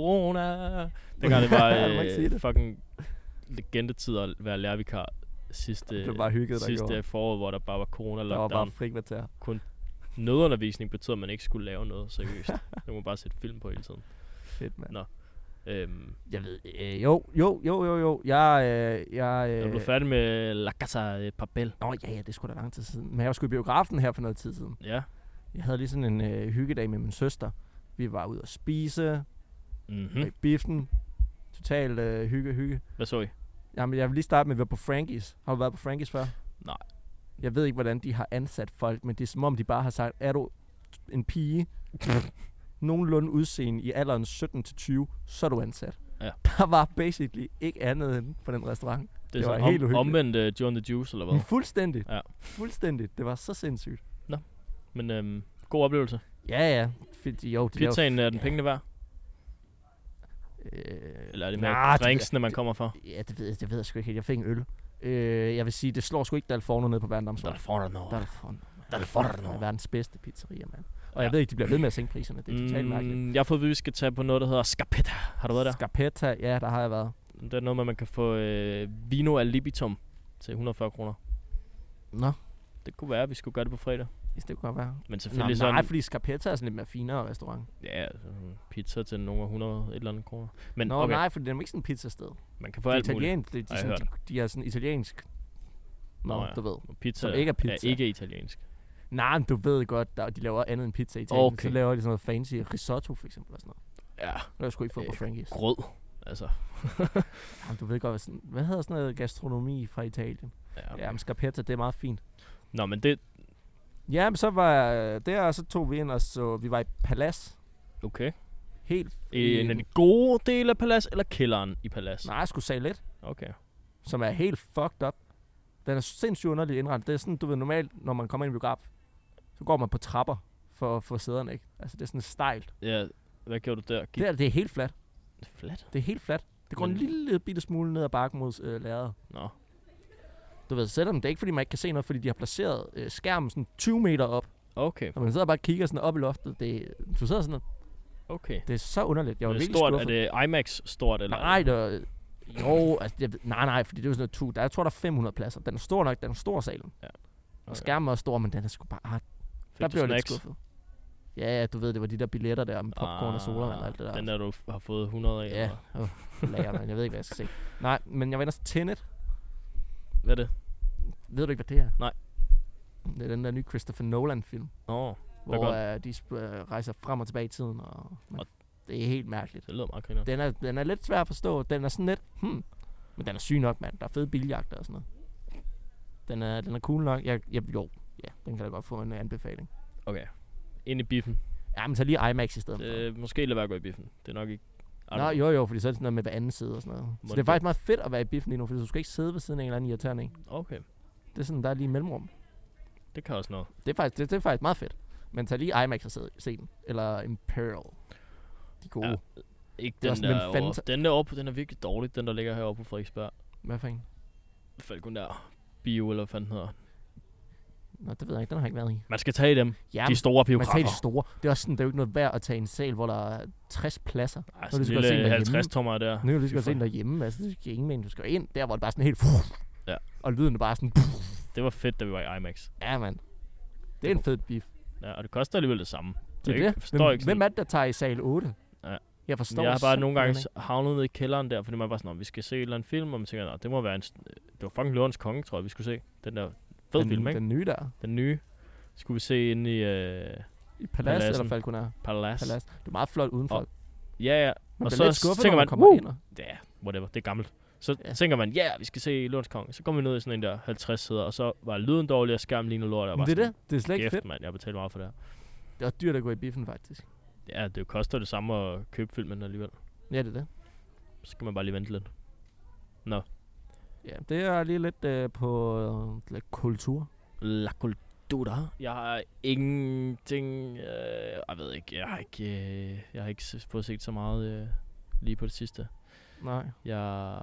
det var fucking legendetid at være lærervikar sidste forår, hvor der bare var corona-lockdown. Der var bare frikvarter. Kun nødundervisning betød, at man ikke skulle lave noget seriøst. Du må bare sætte film på hele tiden. Fedt, mand. Nå. Jeg ved, jo. Jeg blev færdig med La Casa de Papel. Ja, det er sgu da lang tid siden. Men jeg var sgu i biografen her for noget tid siden. Ja. Jeg havde lige sådan en hyggedag med min søster. Vi var ude at spise. I biffen. Total hygge. Hvad så I? Jamen, jeg vil lige starte med, at vi var på Frankies. Har du været på Frankies før? Nej. Jeg ved ikke, hvordan de har ansat folk, men det er som om, de bare har sagt, er du en pige, nogenlunde udseende i alderen 17-20, så er du ansat. Ja. Der var basically ikke andet end på den restaurant. Det var helt omvendt Joe and the Juice, eller hvad? Fuldstændigt. Ja. Fuldstændigt. Det var så sindssygt. Nå. Men god oplevelse. Ja. Pizzaen er den pengene værd? Eller er det med drinksene, man kommer for? Ja, det ved jeg sgu ikke helt. Jeg fik en øl. Jeg vil sige, det slår sgu ikke Dal Forno ned på Værendamsvej. Dal Forno. Verdens bedste pizzeria, mand. Og jeg ved ikke, de bliver ved med at sænke priserne. Det er totalt mærkeligt. Jeg har fået at vi skal tage på noget, der hedder Scarpetta. Har du været der? Scarpetta, ja, der har jeg været. Det er noget med, man kan få vino al libitum til 140 kroner. Nå. Det kunne være, at vi skulle gøre det på fredag. Hvis det kunne godt være. Men selvfølgelig sådan... Nej, fordi Scarpetta er sådan lidt mere finere restaurant. Ja, pizza til nogle 100 et eller andet kroner. Men nej, for det er ikke sådan et pizzasted. Man kan få alt muligt. De er sådan italiensk. Du ved. Pizza ikke er pizza. Er ikke italiensk. Nej, men du ved godt, de laver andet end pizza i Italien. Okay. Så laver de sådan noget fancy risotto, for eksempel. Og sådan noget. Ja. Det har jeg sgu ikke fået på Frankies. Grød, altså. Jamen, du ved godt, hvad hedder sådan noget gastronomi fra Italien? Ja, okay. Men Scarpetta, det er meget fint. Nå, men det... Ja, men så var jeg der, og så tog vi ind, og så vi var i Palace. Okay. Helt... En af de gode dele af Palace, eller kælderen i Palace? Nej, jeg skulle sige lidt. Okay. Som er helt fucked up. Den er sindssygt underligt indrettet. Det er sådan, du ved, normalt, når man kommer ind i biograf, så går man på trapper for at få sæderne, ikke? Altså, det er sådan stejlt. Ja, hvad gjorde du der? Det er helt fladt. Fladt? Det er helt fladt. Det går en lille bitte smule ned ad bakken mod lærredet. Nå. Du ved, sætter dem. Det er ikke, fordi man ikke kan se noget, fordi de har placeret skærmen sådan 20 meter op. Okay. Og man sidder bare og kigger sådan op i loftet. Du sidder sådan. Okay. Det er så underligt. Jeg var virkelig stort, skuffet. er det IMAX stort, eller? Nej, nej, fordi det er jo sådan noget jeg tror, der er 500 pladser. Den er stor nok, den er stor salen. Ja. Okay. Og skærmen er stor, men den er sgu bare... Der bliver jeg lidt skuffet. Ja, du ved, det var de der billetter der med popcorn og sodavand og alt det der. Den der, du har fået 100 af? Ja, lager man. Jeg ved ikke, hvad jeg skal se. Nej, men jeg vender til Tenet. Hvad er det? Ved du ikke, hvad det er? Nej. Det er den der nye Christopher Nolan-film. Hvor de rejser frem og tilbage i tiden, og det er helt mærkeligt. Det lyder meget griner. Den er lidt svær at forstå. Den er sådan lidt, men den er syg nok, mand. Der er fede biljagter og sådan noget. Den er cool nok. Den kan da godt få en anbefaling. Okay. Ind i biffen. Ja, men så lige IMAX i stedet for. Måske lade være at gå i biffen. Det er nok ikke... Nå, jo, fordi så er det sådan noget med hver anden side og sådan noget. Så det er faktisk meget fedt at være i biffen lige nu, fordi du skal ikke sidde ved siden af en eller anden irriterende en. Okay. Det er sådan, der er lige mellemrum. Det kan også noget. Det er faktisk meget fedt. Men tag lige IMAX og se den. Eller Imperial. De gode. Ja, ikke den der den deroppe, den er virkelig dårlig, den der ligger heroppe på Frederiksberg. Hvad for en? Falcon der. Bio, eller hvad fanden hedder. Nå, det ved jeg ikke, den har jeg ikke været i. Man skal tage dem. Ja, de store biografer. Man tager de store. Det er også sådan, det er jo ikke noget værd at tage en sal, hvor der er 60 pladser. Ej, sådan en lille 50 tommer der. Nu er det lige se den derhjemme. Altså, det giver ingen mening. Du skal ind der, hvor det bare sådan helt... Ja. Og lyden er bare sådan... Det var fedt, da vi var i IMAX. Ja, mand. Det er en fed beef. Ja, og det koster alligevel det samme. Det er det. Hvem er det, der tager i sal 8? Ja. Jeg forstår. Jeg har bare nogle gange havnet ned i kælderen der, fordi man var sådan, vi skal se et eller andet film, og man tænker, det må være det var fucking Løvernes Konge, tror jeg, vi skulle se. Den der fed film, ikke? Den nye der. Den nye. Skulle vi se inde i Palace eller Falconer? Palace. Det er meget flot udenfor. Ja. Man og så tænker man, ja, whatever, det er gammelt. Så tænker man, vi skal se Løvernes Konge. Så går vi ned i sådan en der 50 sæder, og så var lyden dårlig, og skærmen lignede lort. Og det er det. Det er slet ikke fedt. Man, jeg betalte meget for det her. Det er også dyrt at gå i biffen, faktisk. Ja, det koster det samme at købe filmen alligevel. Ja, det er det. Så skal man bare lige vente lidt. Nå. Ja, det er lige lidt på kultur. La cultura. Jeg har ingenting... jeg ved ikke. Jeg har ikke fået set så meget lige på det sidste. Nej. Jeg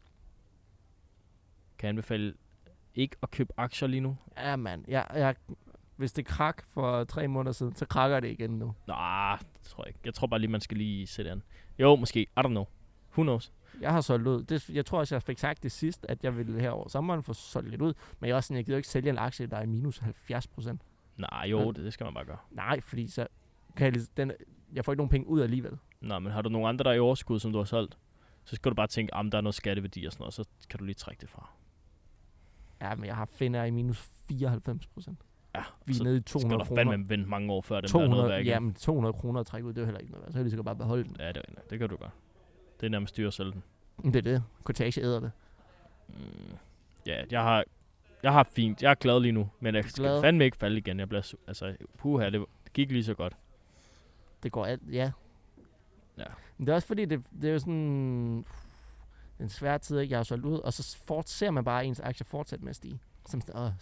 kan anbefale ikke at købe aktier lige nu. Ja, mand. Hvis det krak for 3 måneder siden, så krakker det igen nu. Nej, det tror jeg ikke. Jeg tror bare lige, man skal lige sætte an. Jo, måske. I don't know. Who knows? Jeg har solgt ud. Jeg tror også, jeg fik sagt det sidst, at jeg ville her over sommeren få solgt lidt ud. Men jeg gider ikke sælge en aktie, der er minus 70%. Nej, jo, det skal man bare gøre. Nej, fordi så kan jeg får ikke nogen penge ud alligevel. Nej, men har du nogle andre, der er i overskud, som du har solgt, så skal du bare tænke, der er noget skatteværdi og sådan noget, så kan du lige trække det fra. Ja, men jeg har finder i minus 94%. Ja, vi er nede i 200 kroner. Skal du fandme vente mange år før den der noget værd igen. Jamen, 200 kroner at trække ud, det er jo heller ikke noget. Så kan du bare beholde den. Ja, det kan du gøre. Det er nærmest dyrt at sælge den. Det er det. Cortage æder det. Ja, jeg har fint. Jeg er glad lige nu, men jeg skal fandme ikke falde igen. Jeg bliver det gik lige så godt. Det går alt, ja. Men det er også fordi, det er jo sådan en svær tid, ikke? Jeg har solgt ud, og så ser man bare ens aktier fortsætte med at stige. Som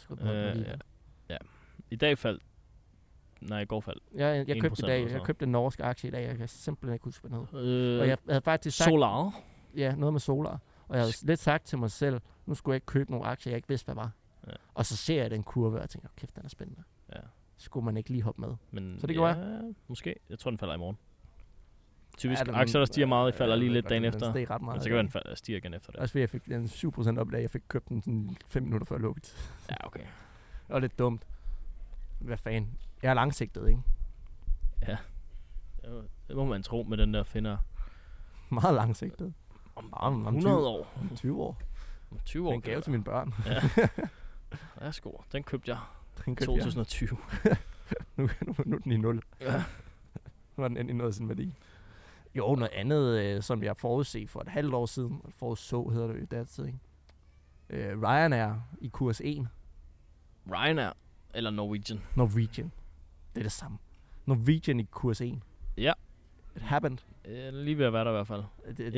ja. I dag faldt. Nej, i går faldt. Ja, jeg købte den norske aktie i dag. Jeg kan simpelthen ikke huske, hvad den hed. Og jeg havde faktisk sagt... Solar? Ja, noget med Solar. Og jeg havde lidt sagt til mig selv, nu skulle jeg ikke købe nogle aktier, jeg ikke vidste, hvad var. Ja. Og så ser jeg den kurve, og jeg tænker, kæft, den er spændende. Ja. Skulle man ikke lige hoppe med. Men så det gjorde jeg. Måske. Jeg tror, den falder i morgen. Typisk aktier, der stiger meget, falder lige lidt dagen efter. Den ret meget. Men så kan den stiger igen efter det. Også fordi jeg fik den 7% op, da jeg fik købt den sådan 5 minutter før lukket. Ja, okay. Det var lidt dumt. Hvad fanden? Jeg er langsigtet, ikke? Ja. Det må man tro med den der finder. Meget langsigtet. Om 100 år. Om 20 år. Om 20 år. Den gav til mine børn. Ja. Værsgo. Den købte jeg. 2020. nu er den i 0. Ja. Nu var den endelig noget sin værdi. Jo, noget andet, som jeg forudså for et halvt år siden. Forudså hedder det jo i datid, ikke? Ryanair i kurs 1. Ryanair eller Norwegian? Norwegian. Det er det samme. Norwegian i kurs 1. Ja. It happened. Lige ved at være der i hvert fald.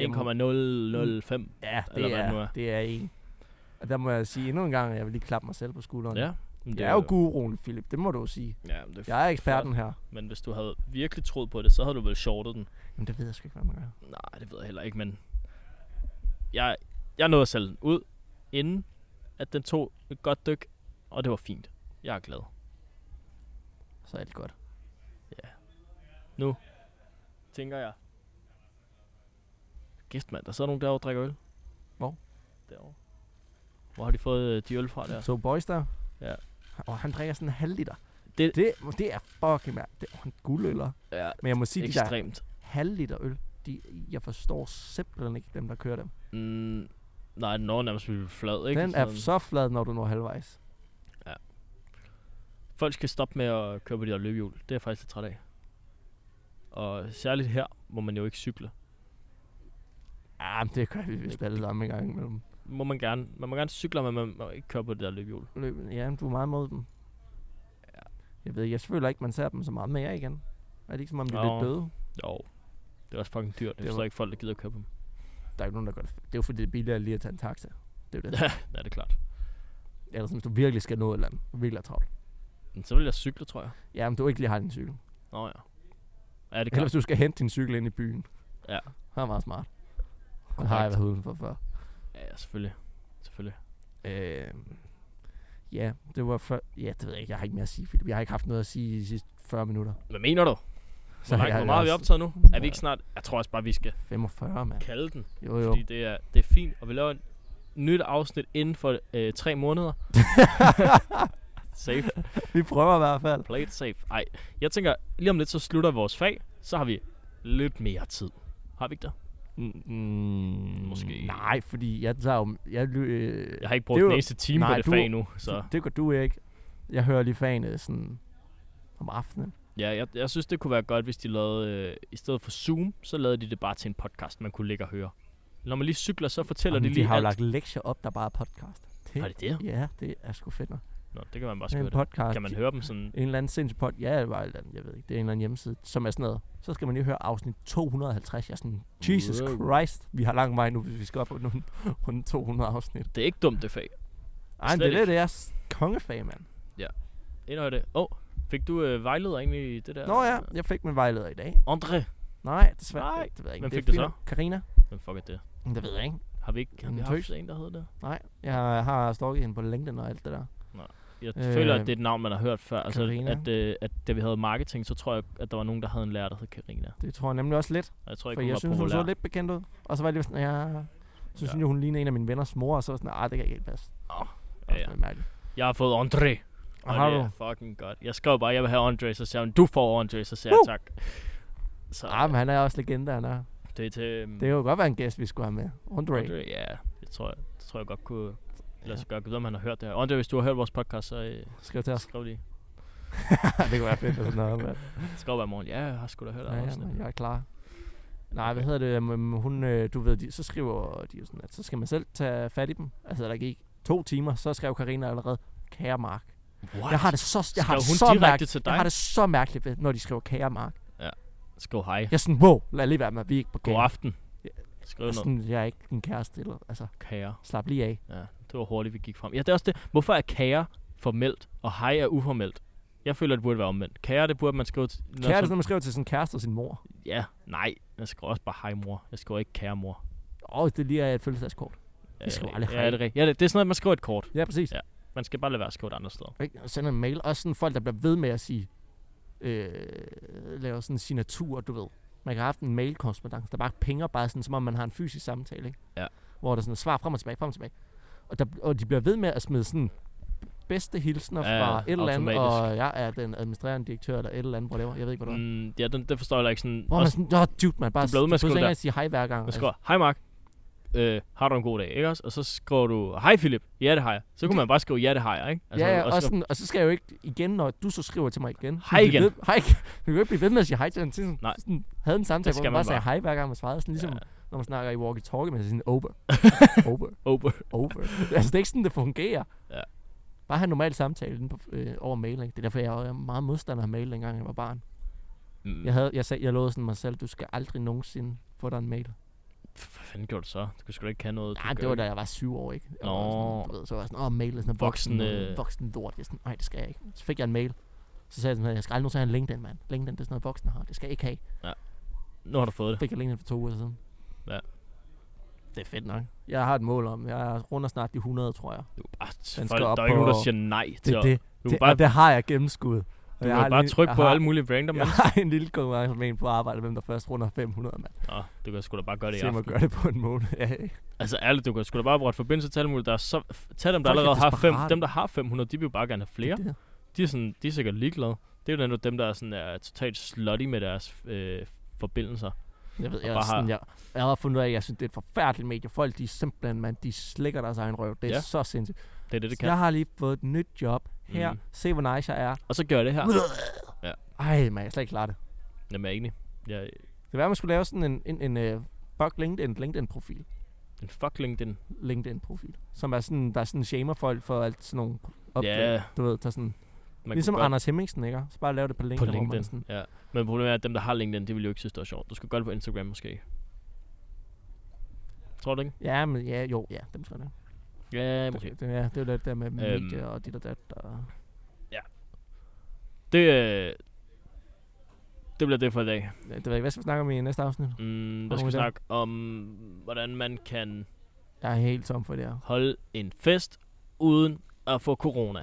1,005. Ja, det er 1. Og der må jeg sige endnu en gang, at jeg vil lige klappe mig selv på skulderen. Ja. Jeg er jo guruen, Philip. Det må du jo sige. Ja, jeg er eksperten her. Men hvis du havde virkelig troet på det, så havde du vel shortet den. Men det ved jeg sgu ikke, hvad man gør. Nej, det ved jeg heller ikke, men... Jeg nåede at sælge den ud, inden at den tog et godt dyk, og det var fint. Jeg er glad. Så er alt godt. Ja. Nu tænker jeg... Gift, mand. Der sidder nogen derovre og drikker øl. Hvor? Derovre. Hvor har de fået de øl fra der? Så boys der? Ja. Og han drikker sådan en halv liter. Det er fucking mærke. Det er guldøller. Ja, men jeg må sige, ekstremt. De der halv liter øl, jeg forstår simpelthen ikke dem, der kører dem. Nej, den når nærmest bliver flad, ikke? Den er så flad, når du når halvvejs. Ja. Folk skal stoppe med at køre på de der løbehjul. Det er jeg faktisk lidt træt af. Og særligt her, hvor man jo ikke cykler. Ja, men det gør vi vist alle sammen en gang imellem. Man må gerne cykle, men man må ikke køre på det der løbehjul. Ja, du er meget mod dem. Ja. Jeg ved, jeg føler ikke, man ser dem så meget mere igen. Er det ikke som om, de er lidt døde? Jo. Det er også fucking dyrt. Jeg forstår ikke folk, der gider at købe dem. Der er ikke nogen, der gør det. Det er jo fordi, det er billigere lige at tage en taxa. Det er jo det. Ja, det er klart. Eller sådan, hvis du virkelig skal nå et eller andet. Du virkelig er travlt. Men så vil jeg cykle, tror jeg. Ja, men du ikke lige har din cykel. Nå ja. Ja, det eller hvis du skal hente din cykel ind i byen. Ja. Det er meget smart. Det har jeg været udenfor før. Ja, selvfølgelig. Ja, det var før... Ja, det ved jeg ikke. Jeg har ikke mere at sige, Philip. Jeg har ikke haft noget at sige i de sidste 40 minutter. Hvad mener du? Hvor meget har vi optaget nu? Er vi ikke snart... Jeg tror også bare, vi skal... 45, mand. Kalde den. Jo. Fordi det er fint, og vi laver et nyt afsnit inden for 3 måneder. Safe. Vi prøver i hvert fald. Play it safe. Ej, jeg tænker, lige om lidt så slutter vores fag, så har vi lidt mere tid. Har vi ikke det? Måske. Nej, fordi jeg tager jo... Jeg har ikke brugt den næste time på det fag nu, så... Det gør du ikke. Jeg hører lige fagene sådan om aftenen. Ja, jeg synes, det kunne være godt, hvis de lavede... I stedet for Zoom, så lavede de det bare til en podcast, man kunne ligge og høre. Når man lige cykler, så fortæller de lige de har jo alt. lagt lektier op, der bare er podcast. Var det det? Ja, det er sgu fedt nok. Nå, det kan man bare skrive podcast. Kan man høre dem sådan... En eller anden sindssyg podcast. Ja, det var et eller andet, jeg ved ikke. Det er en eller anden hjemmeside, som er sådan noget. Så skal man lige høre afsnit 250. Jeg er sådan, Jesus Christ. Vi har lang vej nu, hvis vi skal op på rundt 200 afsnit. Det er ikke dumt, det fag. Ej, det er kongefag, mand. Ja. Indhøj det. Fik du vejleder egentlig i det der? Nå ja, jeg fik min vejleder i dag. André? Nej, desværre. Nej. Det ved jeg ikke. Hvem fik det så? Karina. Hvem fuck er det? Det ved jeg ikke. Har vi haft en, der hedder det? Nej, jeg har stalket hende på LinkedIn og alt det der. Nej. Jeg føler, at det er et navn, man har hørt før. Altså, at da vi havde marketing, så tror jeg, at der var nogen, der havde en lærer, der hed Karina. Det tror jeg nemlig også lidt. Og jeg tror ikke, for jeg synes, hun så lidt bekendt ud. Og så var jeg lige sådan, så synes jeg, hun lignede en af mine venners mor, og så var sådan, det kan ikke helt passe. Ja. Jeg har fået André. Og har det er fucking godt. Jeg skrev bare, jeg vil have André, så siger hun, du får André, så siger jeg tak. Så, men han er også legende, han er. Det kan jo godt være en gæst, vi skulle have med. André. Ja, det tror jeg godt kunne lade os gøre. Om han har hørt det her. André, hvis du har hørt vores podcast, så skriv til os. Skriv lige. Det kunne være fedt. Sådan noget, man. Skriv bare morgen. Ja, jeg har sgu da hørt det. Ja, jeg er klar. Nej, hvad hedder det? Hun, du ved, så skriver de jo sådan, at så skal man selv tage fat i dem. Altså, der gik 2 timer, så skrev Karina allerede, kære Mark. What? Jeg har det så mærkeligt, når de skriver kære Mark. Ja. Skriv hej. Jeg er sådan, wow, lad lige være med, vi er ikke på god aften. Skriv noget. Jeg er ikke din kæreste, eller altså. Kære. Slap lige af. Ja, det var hurtigt, vi gik frem. Ja, det er også det. Hvorfor er kære formelt, og hej er uformelt? Jeg føler, det burde være omvendt. Kære, det burde man skrive til... Kære, det er når man skriver til sin kæreste og sin mor. Ja, nej. Jeg skriver også bare hej mor. Jeg skriver ikke kære mor. Det lige er et fødselsdagskort. Jeg skriver aldrig hej. Ja, det er rigtigt. Ja, det er sådan noget, man skriver et kort. Ja, præcis. Ja. Man skal bare lade være at skrive et andet sted. Og sende en mail. Også sådan folk, der bliver ved med at sige... laver sådan en signatur, du ved. Man kan have haft en mail-korrespondance, der bare pinger bare sådan, som om man har en fysisk samtale, ikke? Ja. Hvor der sådan er svar frem og tilbage. Og de bliver ved med at smide sådan bedste hilsner fra et eller andet, og jeg er den administrerende direktør, eller et eller andet, whatever. Jeg ved ikke, hvad det er. Ja, det forstår jeg ikke sådan... Hvor man sådan, dude, man bare... Du bliver med at sige hej hver gang. Man skriver, hej Mark, har du en god dag, ikke også? Og så skriver du, hej Philip, ja det har jeg. Så kunne man bare skrive, ja det har jeg, ikke? Altså, ja, og så skal jeg jo ikke igen, når du så skriver til mig igen. Hej igen. Du kan jo ikke blive ved med at sige hej til den. Sådan, havde en samtale, hvor man bare sagde hej hver gang man svarede. Sådan ligesom, når man snakker i walkie-talkie, man siger sådan, over. Altså, det er ikke sådan, det fungerer. Ja. Bare have en normal samtale over mail, ikke? Det er derfor, jeg er meget modstander af mail, dengang jeg var barn. Jeg lovede sådan mig selv, du skal aldrig nogensinde få dig en mail. Hvad fanden gjorde du så? Du skulle ikke have noget... Nej, det var da jeg var 7 år, ikke? Så var jeg sådan, mail er sådan voksen lort. Jeg sådan, nej, det skal jeg ikke. Så fik jeg en mail. Så sagde jeg sådan, jeg skal aldrig nogensinde have en LinkedIn, mand. LinkedIn, det er sådan noget, voksne har. Det skal jeg ikke have. Ja. Nu har du fået det. Fik jeg LinkedIn for 2 uger siden. Ja. Det er fedt nok. Jeg har et mål om. Jeg runder snart de 100, tror jeg. Der er ikke nogen, der siger nej til det har jeg gennemskuddet. Du kan bare trykke på alle mulige random. Jeg har en lille konkurrence med en på arbejde, hvem der først runder 500, mand. Nå, du kan sgu da bare gøre det i aften. Se mig gøre det på en måned. Ja. Altså ærligt, du kan sgu da bare bruge et forbindelse til alle mulige. Der er så... Tag dem, der allerede har 5. Dem, der har 500, de vil jo bare gerne have flere. De er sikkert ligeglade. Det er jo dem, der er totalt slutty med deres forbindelser. Jeg ved, jeg har fundet ud af, at jeg synes, det er et forfærdeligt medie. Folk, de simpelthen, de slikker deres egen røv. Det er så sindssygt. Det er det kan. Jeg har lige fået et nyt job her. Se, hvor nice jeg er. Og så gør det her. Ja. Ej, man, jeg slet ikke klare det. Jamen, jeg er enig. Det var, at man skulle lave sådan en fuck LinkedIn-profil. En fuck LinkedIn-profil. Som er sådan, der er sådan en shamer folk for alt sådan nogle opgaver. Du ved, der sådan... Ligesom Anders Hemmingsen, ikke? Så bare lave det på LinkedIn. På LinkedIn, ja. Men problemet er, at dem, der har LinkedIn, de vil jo ikke synes, det var sjovt. Du skal gøre det på Instagram måske. Tror du ikke? Ja, men dem tror jeg. Ja, måske. Det er jo lidt der med medier og dit og dat. Ja. Det bliver det for i dag. Det ved ikke, hvad skal vi snakke om i næste afsnit? Der skal vi snakke om, hvordan man kan... Jeg er helt tom for det her. Holde en fest, uden at få corona.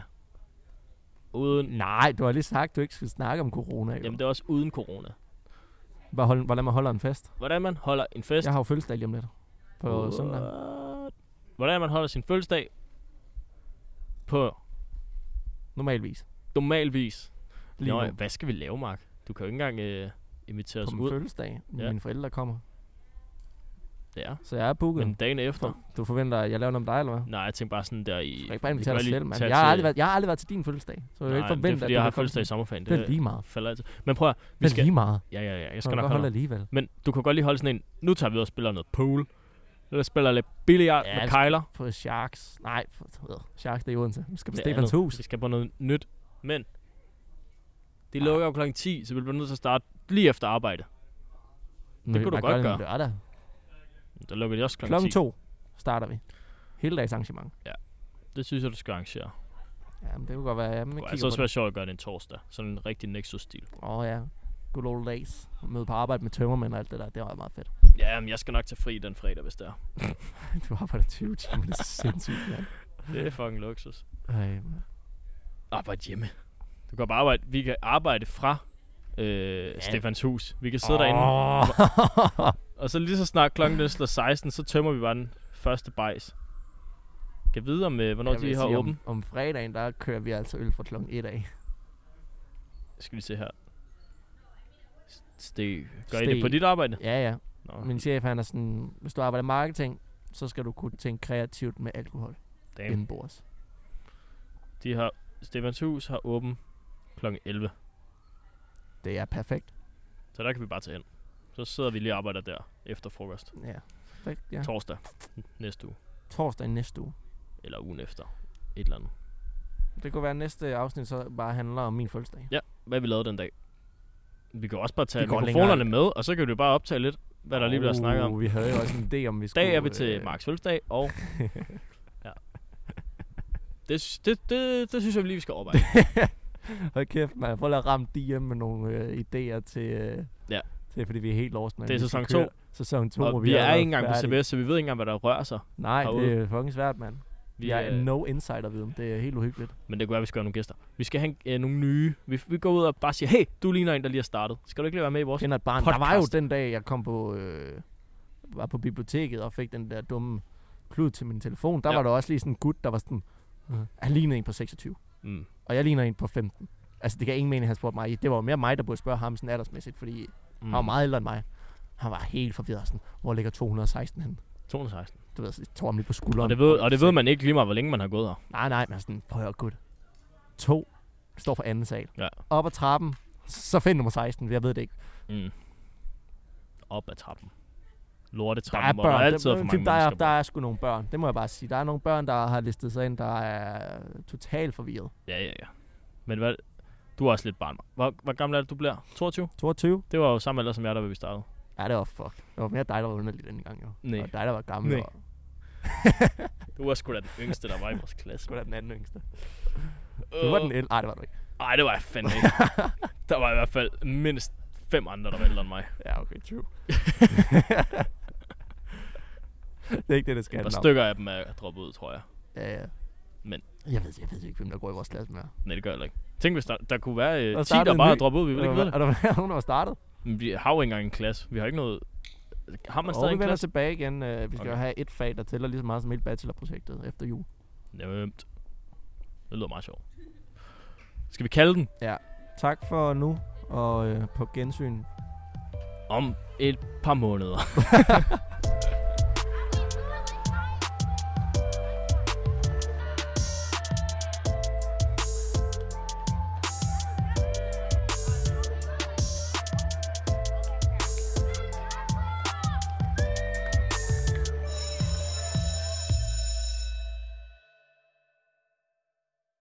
Nej, du har lige sagt, du ikke skal snakke om corona. Jamen, det er også uden corona. Hvordan man holder en fest? Hvordan man holder en fest? Jeg har jo fødselsdag lige om lidt. På søndag. Hvordan man holder sin fødselsdag på normalvis. Nå, hvad skal vi lave, Mark? Du kan jo ikke engang invitere os ud. På min fødselsdag. Ja. Mine forældre kommer. Ja. Så jeg er booket. Men dagen efter. Du forventer, at jeg laver noget om dig, eller hvad? Nej, jeg tænker bare sådan der i... Du kan ikke bare invitere dig selv, mand. Jeg har aldrig været til din fødselsdag. Så jeg ikke forventer, det er fordi, jeg har fødselsdag i sommerferien. Det er lige meget. Falder altid. Men prøv at... Det er lige meget. Ja. Jeg skal nok holde alligevel. Men du kan godt lige holde sådan en... Nu tager vi ud og spiller noget pool. Eller spiller lidt billiard med kejler. På Sharks. Nej, Sharks, det er i Odense. Vi skal på Stefans hus. Vi skal på noget nyt. Men... Det lukker jo klokken 10, så vi bliver nødt til at starte lige efter arbejde. Det kunne du godt gøre. Lørdag. Der lukker de også klokken 10. Klokken 2 starter vi. Hele dags arrangement. Ja, det synes jeg, du skal arrangere. Ja, men det kunne godt være... Det kunne altså også være sjovt at gøre det en torsdag. Sådan en rigtig Nexus-stil. Ja. Good old days. Møde på arbejde med tømmermænd og alt det der. Det var meget fedt. Ja, men jeg skal nok tage fri den fredag, hvis det er. Du arbejder 20 timer. Det er sindssygt, mand. Det er fucking luksus. Arbejde hjemme. Du kan bare arbejde. Vi kan arbejde fra Stefans hus. Vi kan sidde derinde. Og så lige så snart klokken slår 16, så tømmer vi bare den første bajs. Kan vide om, hvornår de har åbent? Om fredagen, der kører vi altså øl fra klokken 1 af. Skal vi se her. Gør I det på dit arbejde? Ja. Nå. Min chef, han er sådan, hvis du arbejder marketing, så skal du kunne tænke kreativt med alkohol. Indenbords. Stefans hus har åbent klokken 11. Det er perfekt. Så der kan vi bare tage hen. Så sidder vi lige og arbejder der efter frokost. Ja. Torsdag næste uge. Torsdag næste uge. Eller ugen efter. Et eller andet. Det kunne være, at næste afsnit så bare handler om min fødselsdag. Ja, hvad vi lavede den dag. Vi kan også bare tage mikrofonerne med, og så kan vi bare optage lidt, hvad der lige bliver snakket om. Vi havde jo også en idé om, vi skulle... Dag er vi til Marks fødselsdag, og... ja. Det synes jeg lige, vi skal overveje. Hold kæft, man. Prøv at ramme DM med nogle idéer til, fordi vi er helt lost. Det er sæson 2. Sæson 2. Og vi er ikke engang på CBS, så vi ved ikke engang, hvad der rører sig. Nej, herude. Det er fucking svært, mand. Vi er no insider-viden. Det er helt uhyggeligt. Men det kunne være, vi skal have nogle gæster. Vi skal have nogle nye. Vi går ud og bare siger, hey, du ligner en, der lige har startet. Skal du ikke lige være med i vores podcast? Der var jo den dag, jeg kom på, var på biblioteket og fik den der dumme klud til min telefon. Der var der også lige sådan en gut, der var sådan, han lignede en på 26. Og jeg ligner en på 15. Altså, det gav ingen mening, han spurgte mig. Det var mere mig, der burde spørge ham sådan aldersmæssigt, fordi han var meget ældre end mig. Han var helt forvirret sådan, hvor ligger 216 henne? 216. Du ved, jeg tog ham lige på skulderen. Og det ved man ikke lige meget, hvor længe man har gået her. Nej, men sådan, prøv at høre, gut. 2 står for anden sal. Ja. Op ad trappen, så find nummer 16, jeg ved det ikke. Op ad trappen. Lortetrappen, hvor der altid er for mange mennesker. Der er sgu nogle børn, det må jeg bare sige. Der er nogle børn, der har listet sig ind, der er totalt forvirret. Ja. Men hvad? Du er også lidt barn. Hvor gammel er det, du bliver? 22? 22. Det var jo samme alder som jeg, da vi startede. Ja, det var fuck. Det var mere dig, der var underligt denne gang, jo. Nej. Og dig, der var gammel. Og... Du var sgu da den yngste, der var i vores klasse. Sgu da den anden yngste. Du var den ældre. Nej, det var du ikke. Nej, det var jeg fandme ikke. Der var i hvert fald mindst 5 andre, der var ældre end mig. Ja, okay, true. Det er ikke det, det skal handle om. Der stykker af dem er droppet ud, tror jeg. Ja. Men jeg ved ikke, hvem der går i vores klasse mere. Nej, det gør jeg ikke. Tænk, hvis der kunne være 10, der bare er droppet ud. Vi vil ikke vide det. Er der nogen, der var startet? Men vi har jo ikke engang en klasse. Vi har ikke noget... Har man stadig en klasse? Vi vender tilbage igen. Vi skal jo have et fag, der tæller lige så meget som hele bachelorprojektet efter jul. Nemt. Det lyder meget sjovt. Skal vi kalde den? Ja. Tak for nu, og på gensyn. Om et par måneder.